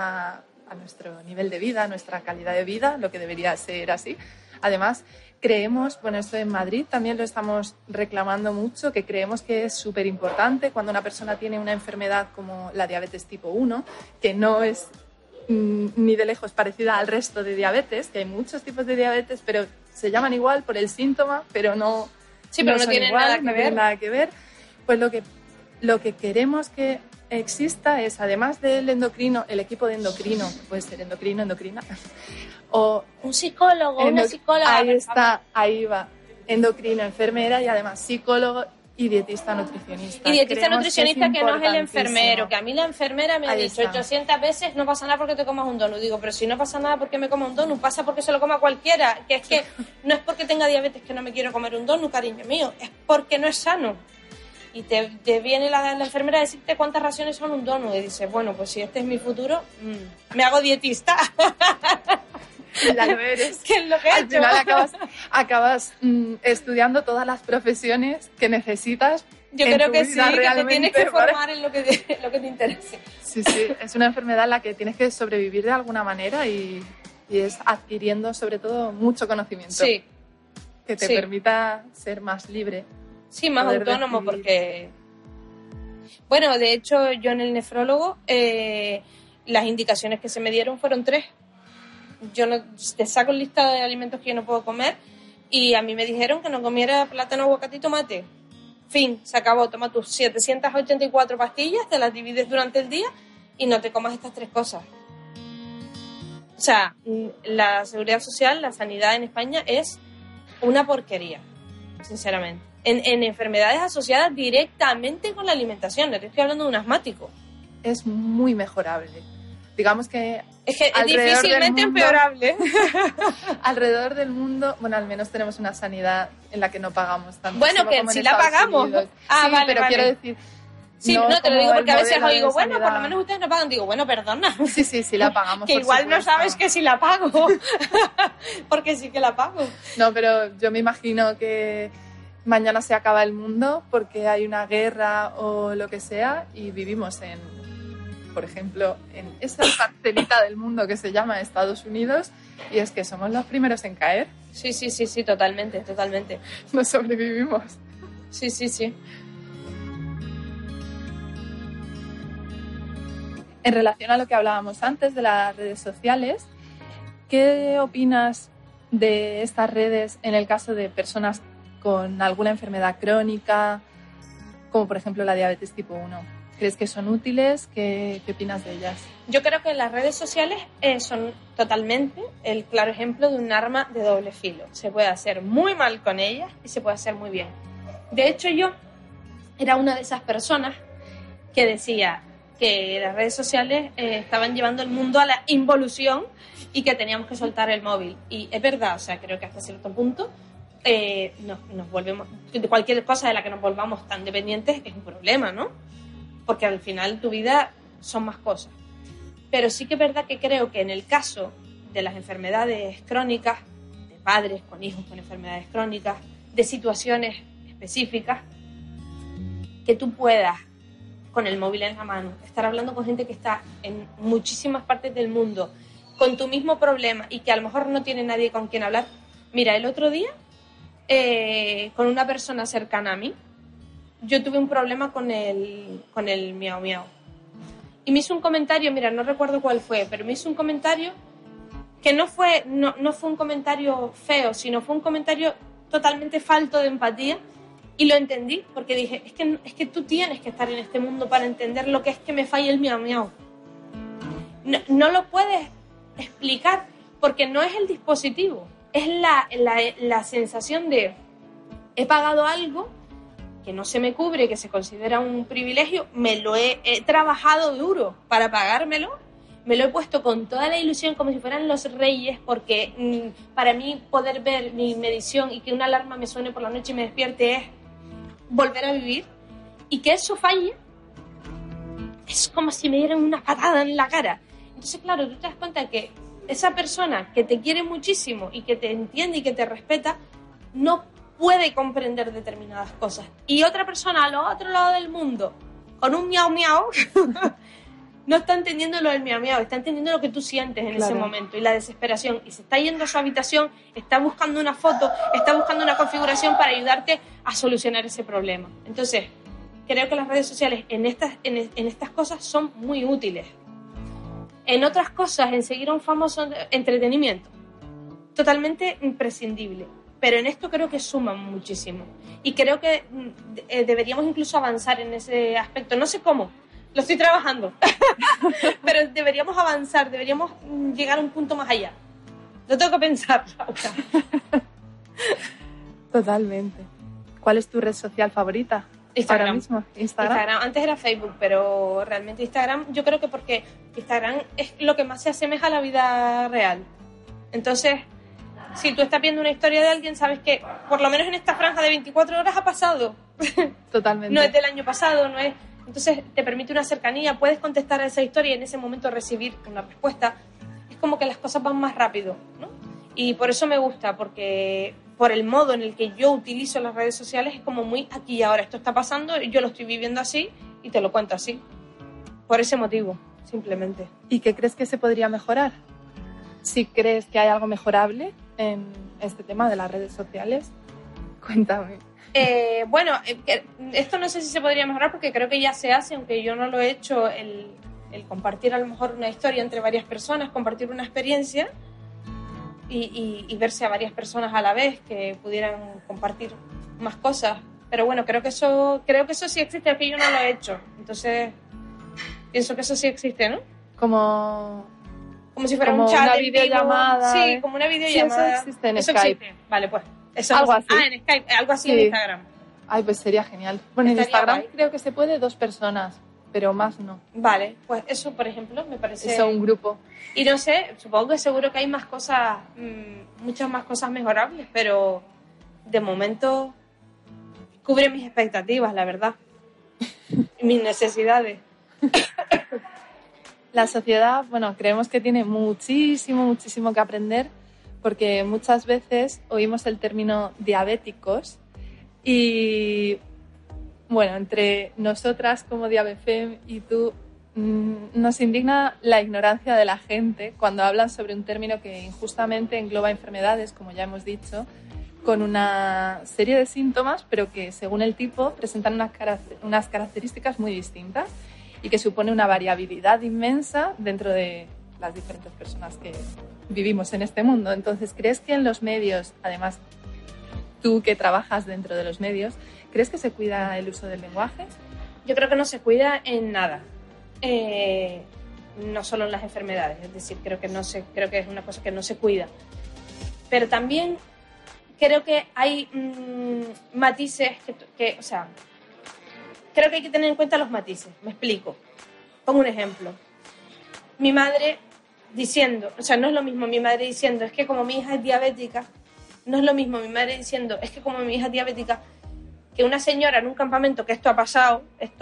nuestro nivel de vida, a nuestra calidad de vida, lo que debería ser así. Además, creemos, bueno, esto en Madrid también lo estamos reclamando mucho, que creemos que es súper importante cuando una persona tiene una enfermedad como la diabetes tipo 1, que no es ni de lejos parecida al resto de diabetes, que hay muchos tipos de diabetes, pero se llaman igual por el síntoma, pero no, pero no tienen nada que ver. Pues lo que queremos que exista es, además del endocrino, el equipo de endocrino, puede ser endocrina, o un psicólogo, una psicóloga. Ahí está, ahí va. Endocrino, enfermera y además psicólogo y dietista nutricionista. Y dietista nutricionista que no es el enfermero, que a mí la enfermera me ha dicho 800 veces no pasa nada porque te comas un donut. Digo, pero si no pasa nada porque me coma un donut, pasa porque se lo coma cualquiera. Que es que no es porque tenga diabetes que no me quiero comer un donut, cariño mío, es porque no es sano. Y te viene la enfermera a decirte cuántas raciones son un donut. Y dices, bueno, pues si este es mi futuro, me hago dietista. Ya lo eres. ¿Qué es lo que he Al hecho? final acabas estudiando todas las profesiones que necesitas. Yo creo que sí, que te tienes que formar ¿vale? en lo que te interese. Sí, es una enfermedad en la que tienes que sobrevivir de alguna manera y es adquiriendo sobre todo mucho conocimiento. Sí. Que te permita ser más libre. Sí, más autónomo, decidir. Porque... Bueno, de hecho, yo en el nefrólogo, las indicaciones que se me dieron fueron 3. Yo te saco el listado de alimentos que yo no puedo comer y a mí me dijeron que no comiera plátano, aguacate y tomate. Fin, se acabó. Toma tus 784 pastillas, te las divides durante el día y no te comas estas 3 cosas. O sea, la seguridad social, la sanidad en España es una porquería, sinceramente. En enfermedades asociadas directamente con la alimentación, no te estoy hablando de un asmático. Es muy mejorable. digamos que Es que es difícilmente empeorable. Alrededor del mundo, bueno, al menos tenemos una sanidad en la que no pagamos tanto. Bueno, que si la pagamos. Unidos. Ah, sí, vale, pero vale. quiero decir... Sí, no te lo digo porque a veces oigo, bueno, sanidad... por lo menos ustedes no pagan. Digo, bueno, perdona. Sí, la pagamos. Que por igual supuesto. no sabes que si la pago. Porque sí que la pago. No, pero yo me imagino que mañana se acaba el mundo porque hay una guerra o lo que sea y vivimos por ejemplo, en esa parcelita del mundo que se llama Estados Unidos y es que somos los primeros en caer. Sí, totalmente. No sobrevivimos. Sí. En relación a lo que hablábamos antes de las redes sociales, ¿qué opinas de estas redes en el caso de personas con alguna enfermedad crónica, como por ejemplo la diabetes tipo 1? ¿Crees que son útiles? ¿Qué opinas de ellas? Yo creo que las redes sociales son totalmente el claro ejemplo de un arma de doble filo. Se puede hacer muy mal con ellas y se puede hacer muy bien. De hecho, yo era una de esas personas que decía que las redes sociales estaban llevando el mundo a la involución y que teníamos que soltar el móvil. Y es verdad, o sea, creo que hasta cierto punto nos volvemos, cualquier cosa de la que nos volvamos tan dependientes es un problema, ¿no? Porque al final tu vida son más cosas. Pero sí que es verdad que creo que en el caso de las enfermedades crónicas, de padres con hijos con enfermedades crónicas, de situaciones específicas, que tú puedas, con el móvil en la mano, estar hablando con gente que está en muchísimas partes del mundo, con tu mismo problema y que a lo mejor no tiene nadie con quien hablar. Mira, el otro día, con una persona cercana a mí, yo tuve un problema con el miau miau. Y me hizo un comentario, mira, no recuerdo cuál fue, pero me hizo un comentario que no fue un comentario feo, sino fue un comentario totalmente falto de empatía. Y lo entendí, porque dije, es que tú tienes que estar en este mundo para entender lo que es que me falla el miau miau. No lo puedes explicar, porque no es el dispositivo, es la sensación de he pagado algo que no se me cubre, que se considera un privilegio, me lo he trabajado duro para pagármelo, me lo he puesto con toda la ilusión como si fueran los reyes, porque para mí poder ver mi medición y que una alarma me suene por la noche y me despierte es volver a vivir, y que eso falle es como si me dieran una patada en la cara. Entonces, claro, tú te das cuenta que esa persona que te quiere muchísimo y que te entiende y que te respeta no puede comprender determinadas cosas, y otra persona al otro lado del mundo con un miau miau no está entendiendo lo del miau miau, está entendiendo lo que tú sientes en ese momento y la desesperación, y se está yendo a su habitación, está buscando una foto, está buscando una configuración para ayudarte a solucionar ese problema. Entonces, creo que las redes sociales en estas cosas son muy útiles. En otras cosas, en seguir a un famoso entretenimiento, totalmente imprescindible. Pero en esto creo que suman muchísimo. Y creo que deberíamos incluso avanzar en ese aspecto. No sé cómo, lo estoy trabajando. Pero deberíamos avanzar, deberíamos llegar a un punto más allá. Lo tengo que pensar, Laura. Totalmente. ¿Cuál es tu red social favorita? Instagram. Ahora mismo. Instagram. Antes era Facebook, pero realmente Instagram, yo creo que porque Instagram es lo que más se asemeja a la vida real. Entonces, si tú estás viendo una historia de alguien, sabes que por lo menos en esta franja de 24 horas ha pasado. Totalmente. No es del año pasado, no es... Entonces te permite una cercanía, puedes contestar a esa historia y en ese momento recibir una respuesta. Es como que las cosas van más rápido, ¿no? Y por eso me gusta, porque por el modo en el que yo utilizo las redes sociales es como muy aquí y ahora. Esto está pasando, yo lo estoy viviendo así y te lo cuento así. Por ese motivo, simplemente. ¿Y qué crees que se podría mejorar? Si crees que hay algo mejorable en este tema de las redes sociales, cuéntame. Esto no sé si se podría mejorar porque creo que ya se hace, aunque yo no lo he hecho, el compartir a lo mejor una historia entre varias personas, compartir una experiencia y verse a varias personas a la vez que pudieran compartir más cosas. Pero bueno, creo que eso sí existe, aunque yo no lo he hecho. Entonces, pienso que eso sí existe, ¿no? Como si fuera como un chat una en vivo. videollamada. Sí, como una videollamada. Sí, eso existe en Eso Skype. existe. Vale, pues. Eso Algo no- así. en Skype, algo así Sí. en Instagram. Ay, pues sería genial. Bueno, en Estaría Instagram guay. creo que se puede 2 personas. pero más no. Vale, pues eso, por ejemplo, me parece... Eso, un grupo. Y no sé, supongo que seguro que hay más cosas, muchas más cosas mejorables, pero de momento cubre mis expectativas, la verdad. Mis necesidades. La sociedad, bueno, creemos que tiene muchísimo que aprender, porque muchas veces oímos el término diabéticos y, bueno, entre nosotras como Diabefem y tú, nos indigna la ignorancia de la gente cuando hablan sobre un término que injustamente engloba enfermedades, como ya hemos dicho, con una serie de síntomas, pero que según el tipo presentan unas características muy distintas y que supone una variabilidad inmensa dentro de las diferentes personas que vivimos en este mundo. Entonces, ¿crees que en los medios, además tú que trabajas dentro de los medios, crees que se cuida el uso del lenguaje? Yo creo que no se cuida en nada. No solo en las enfermedades, es decir, creo que es una cosa que no se cuida. Pero también creo que hay matices que, o sea, creo que hay que tener en cuenta los matices. Me explico. Pongo un ejemplo. Mi madre diciendo, o sea, no es lo mismo mi madre diciendo, es que como mi hija es diabética, no es lo mismo mi madre diciendo, es que como mi hija es diabética, que una señora en un campamento, que esto ha pasado,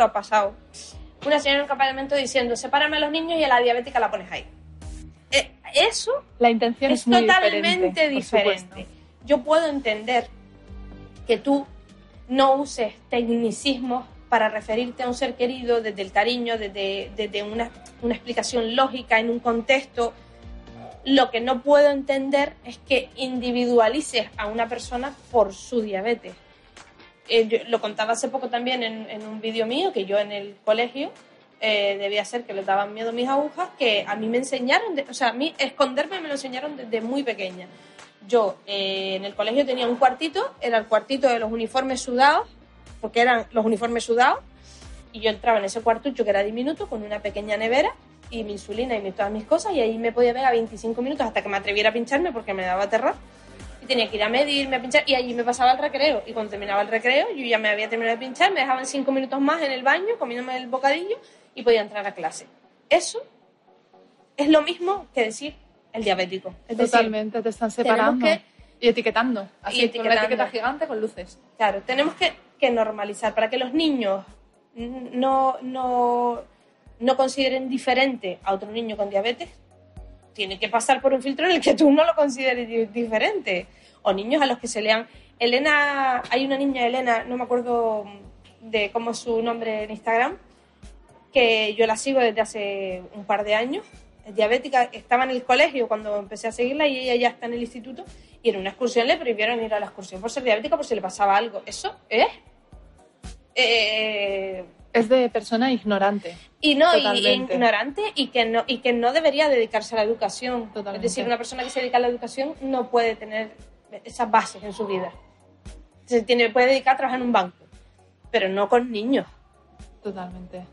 una señora en un campamento diciendo, sepárame a los niños y a la diabética la pones ahí. Eso la intención es muy totalmente diferente. Yo puedo entender que tú no uses tecnicismos para referirte a un ser querido desde el cariño, desde una explicación lógica en un contexto. Lo que no puedo entender es que individualices a una persona por su diabetes. Yo lo contaba hace poco también en un vídeo mío, que yo en el colegio debía ser que les daban miedo mis agujas, que a mí me enseñaron, a mí esconderme me lo enseñaron desde muy pequeña. Yo en el colegio tenía un cuartito, era el cuartito de los uniformes sudados, porque eran los uniformes sudados, y yo entraba en ese cuartucho que era diminuto, con una pequeña nevera y mi insulina y todas mis cosas, y ahí me podía ver a 25 minutos hasta que me atreviera a pincharme porque me daba terror. Y tenía que ir a medirme, a pinchar, y allí me pasaba el recreo. Y cuando terminaba el recreo, yo ya me había terminado de pinchar, me dejaban 5 minutos más en el baño, comiéndome el bocadillo, y podía entrar a clase. Eso es lo mismo que decir el diabético. Es totalmente, decir, te están separando y etiquetando. Así, con una etiqueta etiquetando. gigante con luces. Claro, tenemos que normalizar para que los niños no consideren diferente a otro niño con diabetes. Tiene que pasar por un filtro en el que tú no lo consideres diferente. O niños a los que se lean. Elena, hay una niña, Elena, no me acuerdo de cómo es su nombre en Instagram, que yo la sigo desde hace un par de años. Es diabética, estaba en el colegio cuando empecé a seguirla y ella ya está en el instituto. Y en una excursión le prohibieron ir a la excursión por ser diabética, por si le pasaba algo. Eso es... es de persona ignorante. Y ignorante y que no debería dedicarse a la educación. Totalmente. Es decir, una persona que se dedica a la educación no puede tener esas bases en su vida. Puede dedicar a trabajar en un banco, pero no con niños. Totalmente.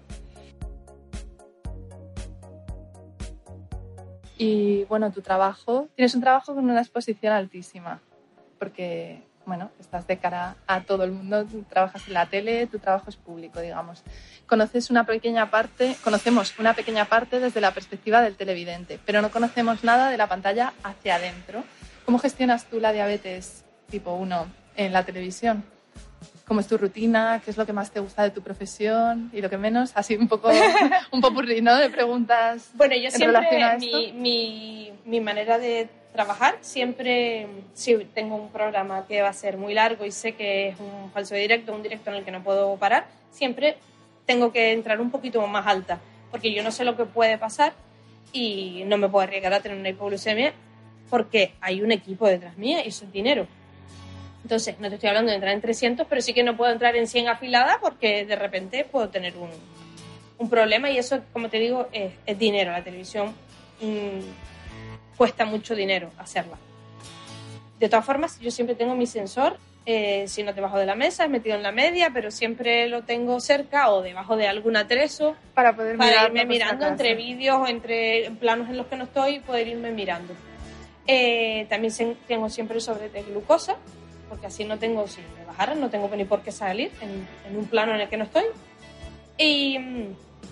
Y bueno, tienes un trabajo con una exposición altísima, porque bueno, estás de cara a todo el mundo, tú trabajas en la tele, tu trabajo es público, digamos. Conocemos una pequeña parte desde la perspectiva del televidente, pero no conocemos nada de la pantalla hacia adentro. ¿Cómo gestionas tú la diabetes tipo 1 en la televisión? ¿Cómo es tu rutina? ¿Qué es lo que más te gusta de tu profesión y lo que menos? Así un poco un popurrí, ¿no?, de preguntas. Bueno, yo siempre, a mi manera de trabajar, siempre, si tengo un programa que va a ser muy largo y sé que es un falso directo, un directo en el que no puedo parar, siempre tengo que entrar un poquito más alta, porque yo no sé lo que puede pasar y no me puedo arriesgar a tener una hipoglucemia porque hay un equipo detrás mía y eso es dinero. Entonces, no te estoy hablando de entrar en 300, pero sí que no puedo entrar en 100 afilada porque de repente puedo tener un problema y eso, como te digo, es dinero. La televisión cuesta mucho dinero hacerla. De todas formas, yo siempre tengo mi sensor, si no debajo de la mesa, es metido en la media, pero siempre lo tengo cerca o debajo de algún atrezo para poder irme mirando entre vídeos o entre planos en los que no estoy y poder irme mirando. También tengo siempre el sobre de glucosa, porque así no tengo, si me bajaran, no tengo ni por qué salir en un plano en el que no estoy. Y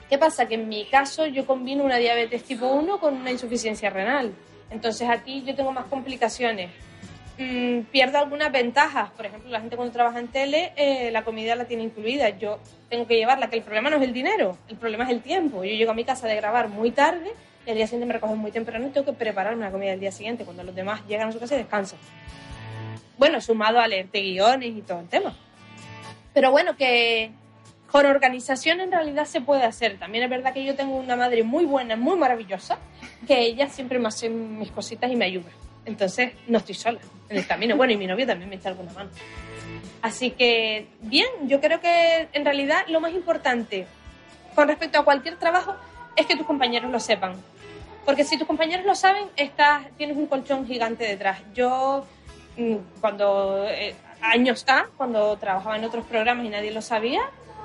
¿Qué pasa? Que en mi caso yo combino una diabetes tipo 1 con una insuficiencia renal. Entonces aquí yo tengo más complicaciones. Pierdo algunas ventajas. Por ejemplo, la gente cuando trabaja en tele, la comida la tiene incluida. Yo tengo que llevarla, que el problema no es el dinero, el problema es el tiempo. Yo llego a mi casa de grabar muy tarde, y el día siguiente me recogen muy temprano y tengo que prepararme la comida del día siguiente, cuando los demás llegan a su casa y descansan. Bueno, sumado a leerte guiones y todo el tema. Pero bueno, que con organización en realidad se puede hacer. También es verdad que yo tengo una madre muy buena, muy maravillosa, que ella siempre me hace mis cositas y me ayuda. Entonces no estoy sola en el camino. Bueno, y mi novio también me echa alguna mano. Así que, bien, yo creo que en realidad lo más importante con respecto a cualquier trabajo es que tus compañeros lo sepan. Porque si tus compañeros lo saben, tienes un colchón gigante detrás. Yo, años cuando trabajaba en otros programas y nadie lo sabía,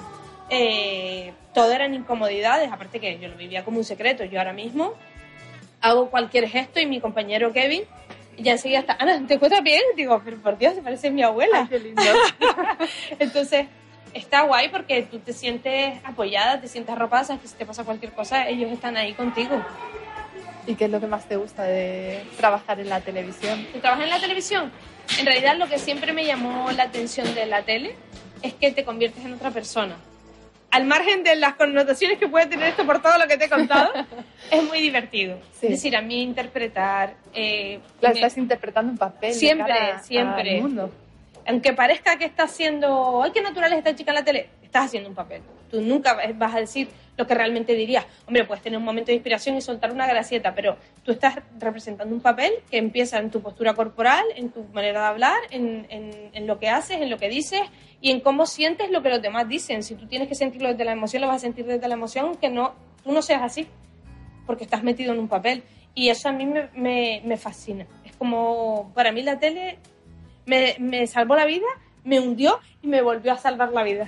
todo eran incomodidades, aparte que yo lo vivía como un secreto. Yo ahora mismo hago cualquier gesto y mi compañero Kevin ya enseguida está, Ana, ¿te encuentras bien? Digo, pero por Dios, se parece a mi abuela. Ay, qué lindo. Entonces, está guay porque tú te sientes apoyada, te sientes arropada, sabes que si te pasa cualquier cosa, ellos están ahí contigo. ¿Y qué es lo que más te gusta de trabajar en la televisión? ¿Tú trabajas en la televisión? En realidad, lo que siempre me llamó la atención de la tele es que te conviertes en otra persona. Al margen de las connotaciones que puede tener esto por todo lo que te he contado, es muy divertido. Sí. Es decir, a mí interpretar... Claro, estás interpretando un papel siempre, de cara siempre. al mundo. Aunque parezca que estás haciendo... ¡Ay, qué natural es esta chica en la tele! Estás haciendo un papel. Tú nunca vas a decir lo que realmente dirías. Hombre, puedes tener un momento de inspiración y soltar una gracieta, pero tú estás representando un papel que empieza en tu postura corporal, en tu manera de hablar, en lo que haces, en lo que dices y en cómo sientes lo que los demás dicen. Si tú tienes que sentirlo desde la emoción, lo vas a sentir desde la emoción, aunque tú no seas así, porque estás metido en un papel. Y eso a mí me fascina. Es como, para mí la tele me salvó la vida, me hundió y me volvió a salvar la vida.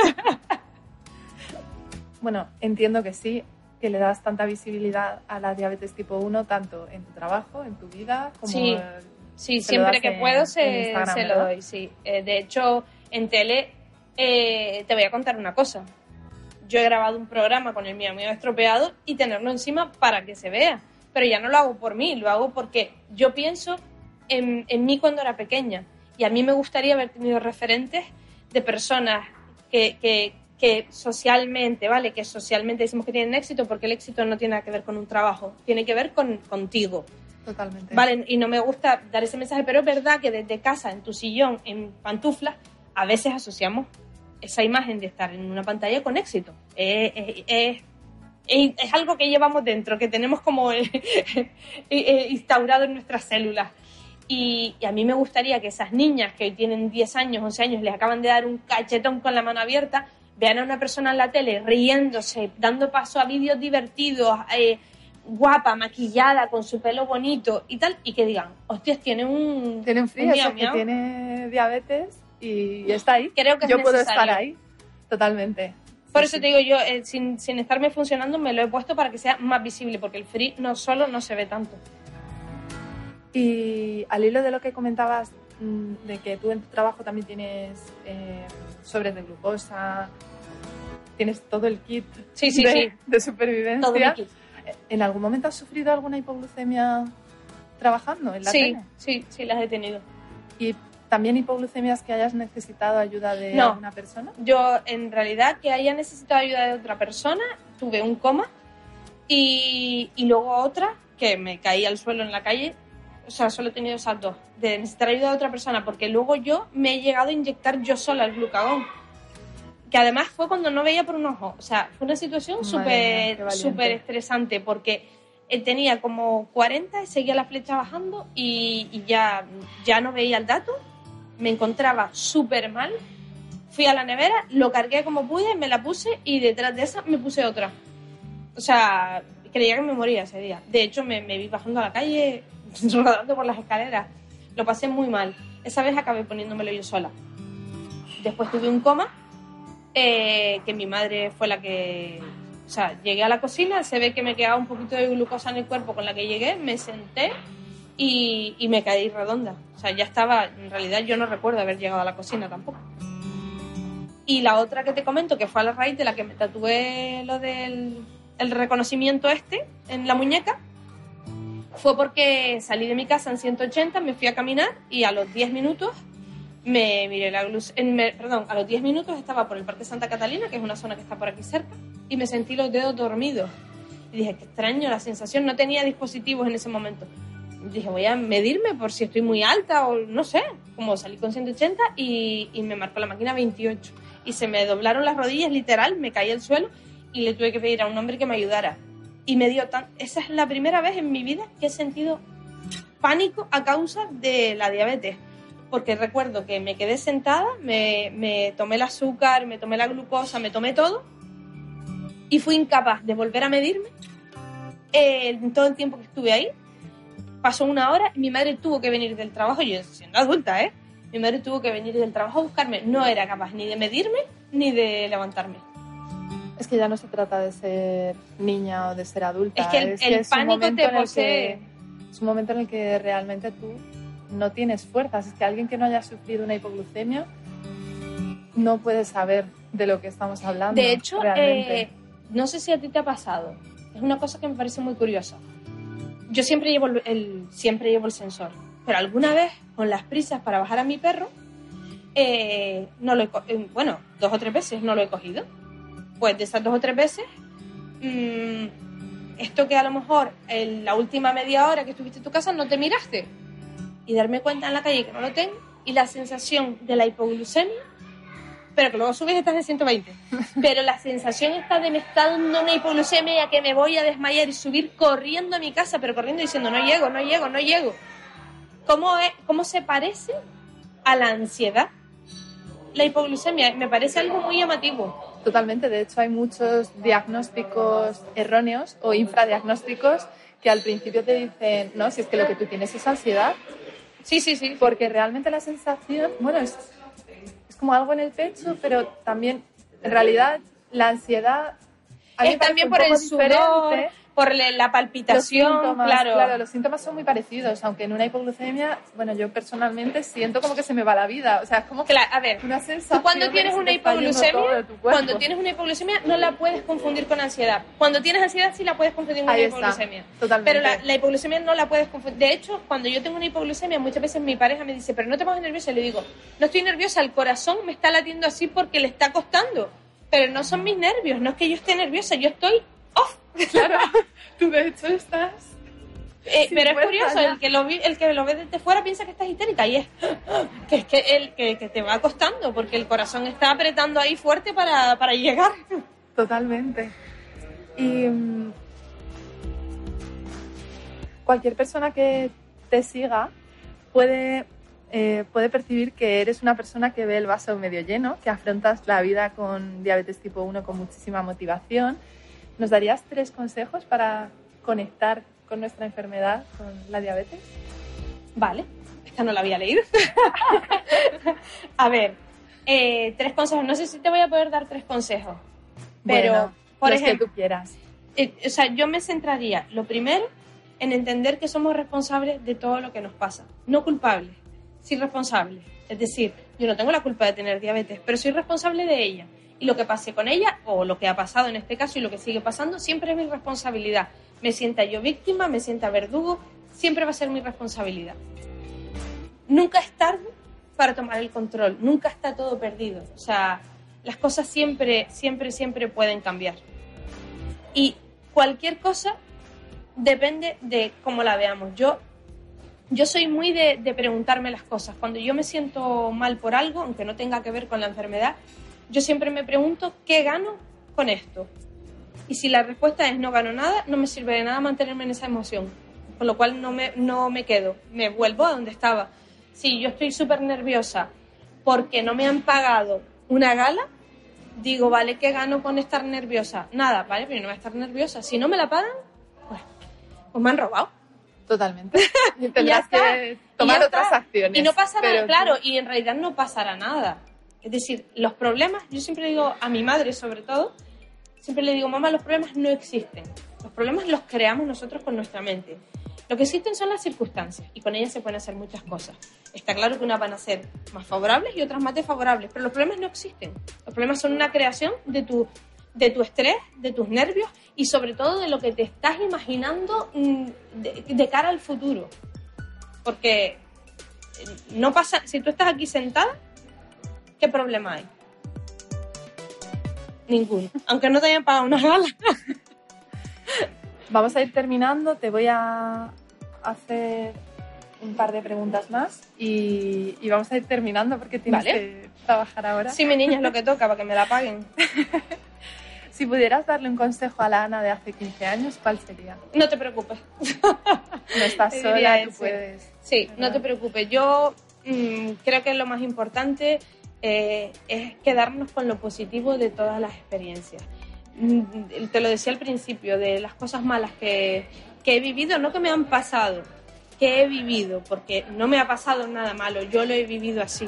Bueno, entiendo que sí, que le das tanta visibilidad a la diabetes tipo 1, tanto en tu trabajo, en tu vida, como... Sí, siempre que puedo se lo ¿verdad? doy, sí. De hecho, en tele te voy a contar una cosa. Yo he grabado un programa con el mío estropeado y tenerlo encima para que se vea. Pero ya no lo hago por mí, lo hago porque yo pienso en mí cuando era pequeña. Y a mí me gustaría haber tenido referentes de personas que socialmente, ¿vale? Que socialmente decimos que tienen éxito, porque el éxito no tiene nada que ver con un trabajo, tiene que ver contigo. Totalmente. Vale, y no me gusta dar ese mensaje, pero es verdad que desde casa, en tu sillón, en pantuflas, a veces asociamos esa imagen de estar en una pantalla con éxito. Es algo que llevamos dentro, que tenemos como instaurado en nuestras células. Y a mí me gustaría que esas niñas que hoy tienen 10 años, 11 años, les acaban de dar un cachetón con la mano abierta, vean a una persona en la tele riéndose, dando paso a vídeos divertidos, guapa, maquillada, con su pelo bonito y tal, y que digan, hostias, tiene un frío, miau, que miau. tiene diabetes y está ahí. Creo que es yo puedo necesario. estar ahí, totalmente. Por Sí, eso sí. te digo, yo sin estarme funcionando me lo he puesto para que sea más visible, porque el free no solo no se ve tanto. Y al hilo de lo que comentabas, de que tú en tu trabajo también tienes sobres de glucosa, tienes todo el kit Sí, de supervivencia. Todo mi kit. ¿En algún momento has sufrido alguna hipoglucemia trabajando en la tele? Sí, las he tenido. ¿Y también hipoglucemias que hayas necesitado ayuda de No. alguna persona? Yo, en realidad, que haya necesitado ayuda de otra persona, tuve un coma y luego otra que me caí al suelo en la calle. O sea, solo he tenido esas dos, de necesitar ayuda de otra persona, porque luego yo me he llegado a inyectar yo sola el glucagón, que además fue cuando no veía por un ojo. O sea, fue una situación Madre mía, qué valiente. súper estresante, porque tenía como 40 y seguía la flecha bajando y ya no veía el dato, me encontraba súper mal, fui a la nevera, lo cargué como pude, me la puse y detrás de esa me puse otra. O sea, creía que me moría ese día. De hecho, me vi bajando a la calle, rodando por las escaleras. Lo pasé muy mal. Esa vez acabé poniéndomelo yo sola. Después tuve un coma, que mi madre fue la que... O sea, llegué a la cocina, se ve que me quedaba un poquito de glucosa en el cuerpo con la que llegué, me senté y me caí redonda. O sea, ya estaba... En realidad yo no recuerdo haber llegado a la cocina tampoco. Y la otra que te comento, que fue a la raíz de la que me tatué lo del el reconocimiento en la muñeca, fue porque salí de mi casa en 180, me fui a caminar y a los 10 minutos me miré a los 10 minutos estaba por el Parque Santa Catalina, que es una zona que está por aquí cerca, y me sentí los dedos dormidos. Y dije, qué extraño la sensación, no tenía dispositivos en ese momento. Dije, voy a medirme por si estoy muy alta o no sé. Como salí con 180 y me marcó la máquina 28. Y se me doblaron las rodillas, literal, me caí al suelo y le tuve que pedir a un hombre que me ayudara. Y me dio esa es la primera vez en mi vida que he sentido pánico a causa de la diabetes. Porque recuerdo que me quedé sentada, me tomé el azúcar, me tomé la glucosa, me tomé todo y fui incapaz de volver a medirme en todo el tiempo que estuve ahí. Pasó 1 hora y mi madre tuvo que venir del trabajo, yo siendo adulta, mi madre tuvo que venir del trabajo a buscarme. No era capaz ni de medirme ni de levantarme. Es que ya no se trata de ser niña o de ser adulta. Es que el pánico te posee. Es un momento en el que realmente tú no tienes fuerzas. Es que alguien que no haya sufrido una hipoglucemia no puede saber de lo que estamos hablando. De hecho, no sé si a ti te ha pasado. Es una cosa que me parece muy curiosa. Yo siempre llevo el sensor, pero alguna vez, con las prisas para bajar a mi perro, 2 o 3 veces no lo he cogido. Pues de esas 2 o 3 veces, esto que a lo mejor en la última media hora que estuviste en tu casa no te miraste, y darme cuenta en la calle que no lo tengo, y la sensación de la hipoglucemia, pero que luego subes y estás en 120, pero la sensación está de me está dando una hipoglucemia que me voy a desmayar y subir corriendo a mi casa, pero corriendo diciendo no llego. ¿Cómo se parece a la ansiedad la hipoglucemia? Me parece algo muy llamativo. Totalmente, de hecho hay muchos diagnósticos erróneos o infradiagnósticos que al principio te dicen, no, si es que lo que tú tienes es ansiedad. Sí. Porque realmente la sensación, es como algo en el pecho, pero también, en realidad, la ansiedad a mí es también por el sudor, por la palpitación, claro, los síntomas son muy parecidos, aunque en una hipoglucemia, yo personalmente siento como que se me va la vida, o sea, es como a ver, una sensación. Tú cuando tienes una hipoglucemia, no la puedes confundir con ansiedad. Cuando tienes ansiedad sí la puedes confundir con una hipoglucemia. Totalmente. Pero la hipoglucemia no la puedes confundir. De hecho, cuando yo tengo una hipoglucemia, muchas veces mi pareja me dice, pero no te pongas nerviosa, y le digo, no estoy nerviosa, el corazón me está latiendo así porque le está costando, pero no son mis nervios, no es que yo esté nerviosa, yo estoy off. Claro, tú de hecho estás... pero es curioso, el que lo ve desde fuera piensa que estás histérica y es que te va costando porque el corazón está apretando ahí fuerte para llegar. Totalmente. Y cualquier persona que te siga puede percibir que eres una persona que ve el vaso medio lleno, que afrontas la vida con diabetes tipo 1 con muchísima motivación. ¿Nos darías 3 consejos para conectar con nuestra enfermedad, con la diabetes? Vale, esta no la había leído. A ver, 3 consejos. No sé si te voy a poder dar 3 consejos, pero por ejemplo, que tú quieras. Yo me centraría, lo primero, en entender que somos responsables de todo lo que nos pasa. No culpables, sí responsables. Es decir, yo no tengo la culpa de tener diabetes, pero soy responsable de ella. Y lo que pase con ella, o lo que ha pasado en este caso y lo que sigue pasando, siempre es mi responsabilidad. Me sienta yo víctima, me sienta verdugo, siempre va a ser mi responsabilidad. Nunca es tarde para tomar el control, nunca está todo perdido. O sea, las cosas siempre pueden cambiar. Y cualquier cosa depende de cómo la veamos. Yo soy muy de preguntarme las cosas. Cuando yo me siento mal por algo, aunque no tenga que ver con la enfermedad, yo siempre me pregunto, ¿qué gano con esto? Y si la respuesta es no gano nada, no me sirve de nada mantenerme en esa emoción. Con lo cual no me quedo, me vuelvo a donde estaba. Si yo estoy súper nerviosa porque no me han pagado una gala, digo, vale, ¿qué gano con estar nerviosa? Nada, vale, pero yo no voy a estar nerviosa. Si no me la pagan, pues me han robado. Totalmente. Y tendrás que tomar otras acciones. Y no pasará, claro, y en realidad no pasará nada. Es decir, los problemas, yo siempre digo a mi madre sobre todo, siempre le digo, mamá, los problemas no existen. Los problemas los creamos nosotros con nuestra mente. Lo que existen son las circunstancias y con ellas se pueden hacer muchas cosas. Está claro que unas van a ser más favorables y otras más desfavorables, pero los problemas no existen. Los problemas son una creación de tu estrés, de tus nervios y sobre todo de lo que te estás imaginando de cara al futuro. Porque no pasa, si tú estás aquí sentada, ¿qué problema hay? Ninguno. Aunque no te hayan pagado una gala. Vamos a ir terminando. Te voy a hacer un par de preguntas más y vamos a ir terminando porque tienes que trabajar ahora. Sí, mi niña, es lo que toca para que me la paguen. Si pudieras darle un consejo a la Ana de hace 15 años, ¿cuál sería? No te preocupes. No estás sola, tú puedes. Sí, ¿verdad? No te preocupes. Yo creo que lo más importante es quedarnos con lo positivo de todas las experiencias. Te lo decía al principio, de las cosas malas que he vivido, no que me han pasado, que he vivido, porque no me ha pasado nada malo, yo lo he vivido así.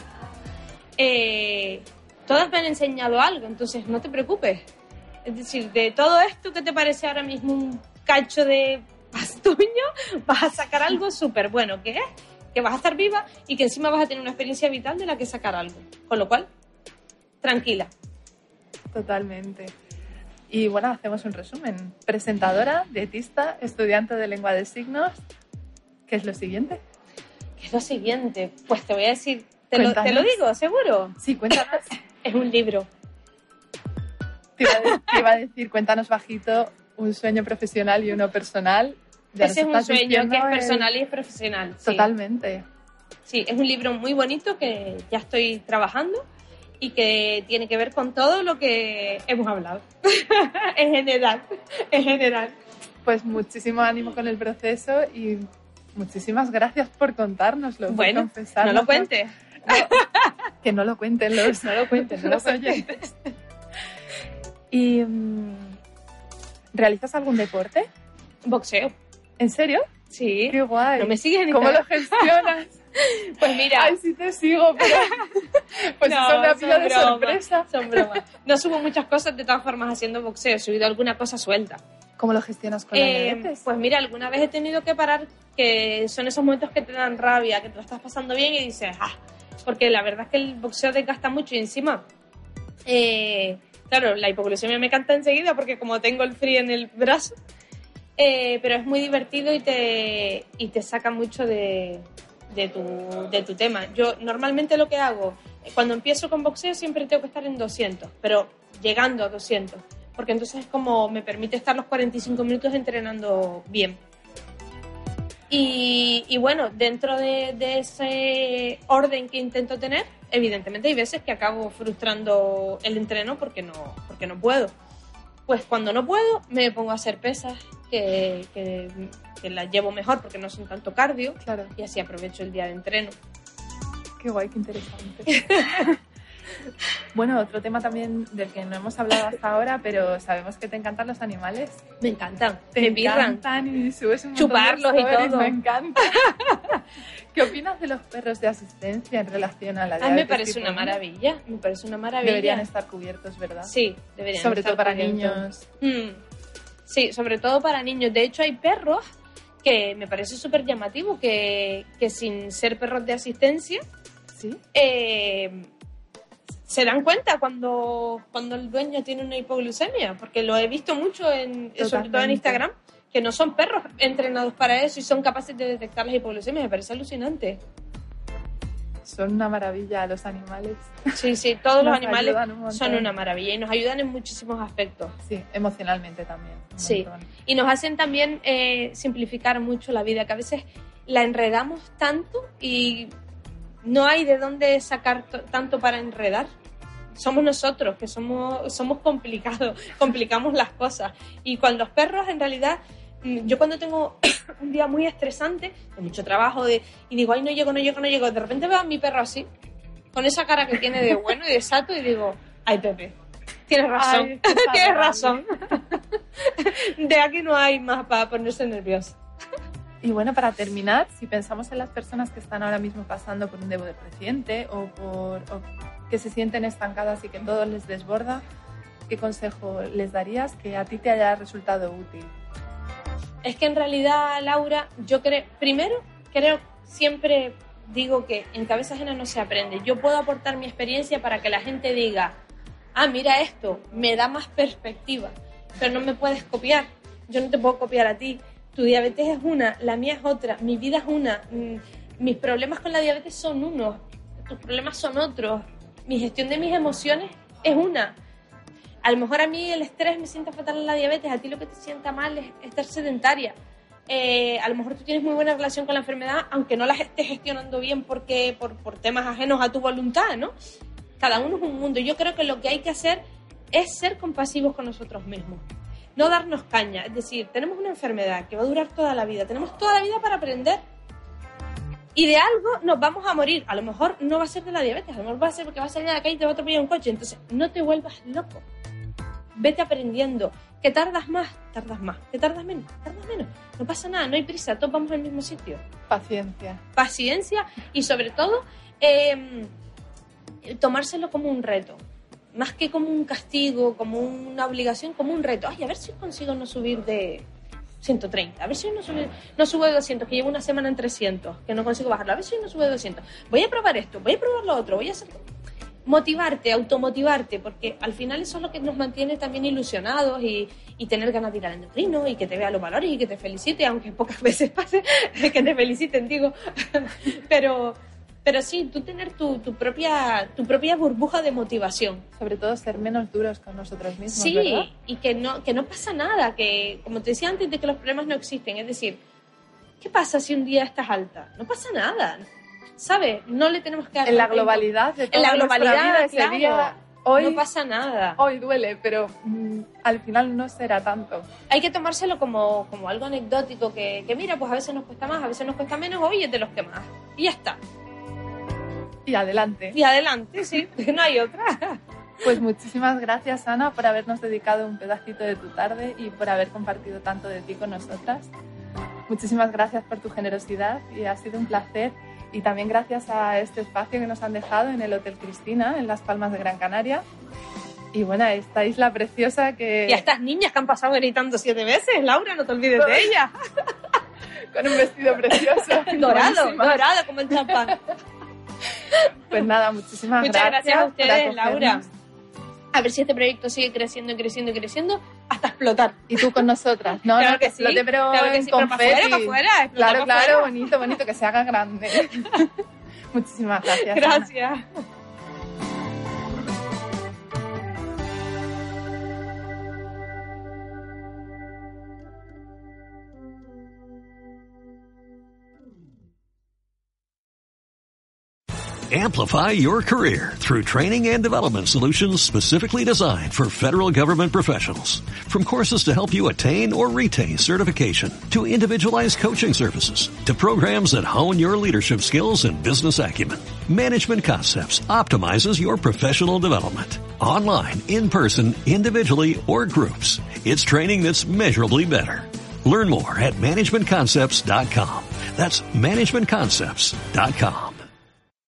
Todas me han enseñado algo, entonces no te preocupes. Es decir, de todo esto que te parece ahora mismo un cacho de pastuño, vas a sacar algo súper bueno, que es que vas a estar viva y que encima vas a tener una experiencia vital de la que sacar algo. Con lo cual, tranquila. Totalmente. Y bueno, hacemos un resumen. Presentadora, dietista, estudiante de lengua de signos. ¿Qué es lo siguiente? ¿Qué es lo siguiente? Pues te voy a decir, te lo digo, ¿seguro? Sí, cuéntanos. Es un libro. Te iba a decir, cuéntanos bajito, un sueño profesional y uno personal. Ya ese es un sueño que es personal y es profesional. Totalmente. Sí, es un libro muy bonito que ya estoy trabajando y que tiene que ver con todo lo que hemos hablado. en general. Pues muchísimo ánimo con el proceso y muchísimas gracias por contárnoslo. Bueno, por confesárnoslo. no lo cuentes. Que no lo cuenten los oyentes. ¿Y realizas algún deporte? Boxeo. ¿En serio? Sí. Qué guay. ¿No me sigues? ¿Cómo lo gestionas? Pues mira... Ay, sí te sigo, pero... Pues no, eso me ha pillado de sorpresa. Son bromas. No subo muchas cosas, de todas formas, haciendo boxeo. He subido alguna cosa suelta. ¿Cómo lo gestionas con la diabetes? Pues mira, alguna vez he tenido que parar, que son esos momentos que te dan rabia, que te lo estás pasando bien y dices, porque la verdad es que el boxeo desgasta mucho y encima... Claro, la hipoglucemia me canta enseguida porque como tengo el frío en el brazo, pero es muy divertido y te saca mucho de tu tema. Yo normalmente lo que hago, cuando empiezo con boxeo siempre tengo que estar en 200, pero llegando a 200, porque entonces es como me permite estar los 45 minutos entrenando bien. Y bueno, dentro de ese orden que intento tener, evidentemente hay veces que acabo frustrando el entreno porque no puedo. Pues cuando no puedo, me pongo a hacer pesas que las llevo mejor porque no son tanto cardio. Claro. Y así aprovecho el día de entreno. Qué guay, qué interesante. Bueno, otro tema también del que no hemos hablado hasta ahora, pero sabemos que te encantan los animales. Me encantan. Me encantan y subes un montón chuparlos de y todo. Me encanta. ¿Qué opinas de los perros de asistencia en relación a la diabetes? Me parece una maravilla. Me parece una maravilla. Deberían estar cubiertos, ¿verdad? Sí, deberían sobre estar todo para cubiertos. niños. Sí, sobre todo para niños. De hecho, hay perros que me parece súper llamativo que sin ser perros de asistencia, ¿sí? Se dan cuenta cuando el dueño tiene una hipoglucemia, porque lo he visto mucho sobre todo en Instagram, que no son perros entrenados para eso y son capaces de detectar las hipoglucemias. Me parece alucinante. Son una maravilla los animales. Sí, todos los animales son una maravilla y nos ayudan en muchísimos aspectos. Sí, emocionalmente también. Sí, y nos hacen también simplificar mucho la vida, que a veces la enredamos tanto y no hay de dónde sacar tanto para enredar. Somos nosotros, que somos complicados, complicamos las cosas. Y con los perros, en realidad, yo cuando tengo un día muy estresante, de mucho trabajo, y digo, ay, no llego, de repente veo a mi perro así, con esa cara que tiene de bueno y de sato, y digo, ay, Pepe, tienes razón, ay, tienes razón. De aquí no hay más para ponerse nervioso. Y bueno, para terminar, si pensamos en las personas que están ahora mismo pasando por un depreciente o que se sienten estancadas y que todo les desborda, ¿qué consejo les darías que a ti te haya resultado útil? Es que en realidad, Laura, siempre digo que en cabeza ajena no se aprende. Yo puedo aportar mi experiencia para que la gente diga, mira esto, me da más perspectiva, pero no me puedes copiar. Yo no te puedo copiar a ti. Tu diabetes es una, la mía es otra, mi vida es una, mis problemas con la diabetes son unos, tus problemas son otros, mi gestión de mis emociones es una. A lo mejor a mí el estrés me sienta fatal en la diabetes, a ti lo que te sienta mal es estar sedentaria. A lo mejor tú tienes muy buena relación con la enfermedad, aunque no la estés gestionando bien porque por temas ajenos a tu voluntad, ¿no? Cada uno es un mundo. Yo creo que lo que hay que hacer es ser compasivos con nosotros mismos. No darnos caña. Es decir, tenemos una enfermedad que va a durar toda la vida. Tenemos toda la vida para aprender. Y de algo nos vamos a morir. A lo mejor no va a ser de la diabetes. A lo mejor va a ser porque vas a salir a la calle y te va a atropellar un coche. Entonces, no te vuelvas loco. Vete aprendiendo. Que tardas más. Que tardas menos. No pasa nada, no hay prisa. Todos vamos al mismo sitio. Paciencia y sobre todo tomárselo como un reto. Más que como un castigo, como una obligación, como un reto. A ver si consigo no subir de 130. A ver si no subo de 200, que llevo una semana en 300, que no consigo bajarlo. A ver si no subo de 200. Voy a probar esto, voy a probar lo otro, voy a hacer... Motivarte, automotivarte, porque al final eso es lo que nos mantiene también ilusionados y tener ganas de ir al endocrino y que te vea los valores y que te felicite, aunque pocas veces pase que te feliciten, digo. Pero sí, tú tener tu propia burbuja de motivación. Sobre todo ser menos duros con nosotros mismos, sí, ¿verdad? Y que no pasa nada, que como te decía antes, de que los problemas no existen. Es decir, ¿qué pasa si un día estás alta? No pasa nada, ¿sabes? No le tenemos que dar en la globalidad de toda nuestra vida, ese día, hoy, no pasa nada. Hoy duele, pero al final no será tanto. Hay que tomárselo como algo anecdótico, que mira, pues a veces nos cuesta más, a veces nos cuesta menos, hoy es de los que más. Y ya está. Y adelante, sí, no hay otra. Pues muchísimas gracias, Ana, por habernos dedicado un pedacito de tu tarde y por haber compartido tanto de ti con nosotras. Muchísimas gracias por tu generosidad y ha sido un placer. Y también gracias a este espacio que nos han dejado en el Hotel Cristina, en Las Palmas de Gran Canaria. Y bueno, esta isla preciosa que... Y a estas niñas que han pasado gritando 7 veces, Laura, no te olvides de ellas. Con un vestido precioso. dorado como el champán. Pues nada, muchísimas gracias. Muchas gracias a ustedes, Laura. A ver si este proyecto sigue creciendo hasta explotar. Y tú con nosotras. No, claro no, que sí. Explote, pero claro que sí, confeti. Pero para afuera. Claro, bonito, que se haga grande. Muchísimas gracias. Gracias. Ana. Amplify your career through training and development solutions specifically designed for federal government professionals. From courses to help you attain or retain certification, to individualized coaching services, to programs that hone your leadership skills and business acumen, Management Concepts optimizes your professional development. Online, in person, individually, or groups, it's training that's measurably better. Learn more at managementconcepts.com. That's managementconcepts.com.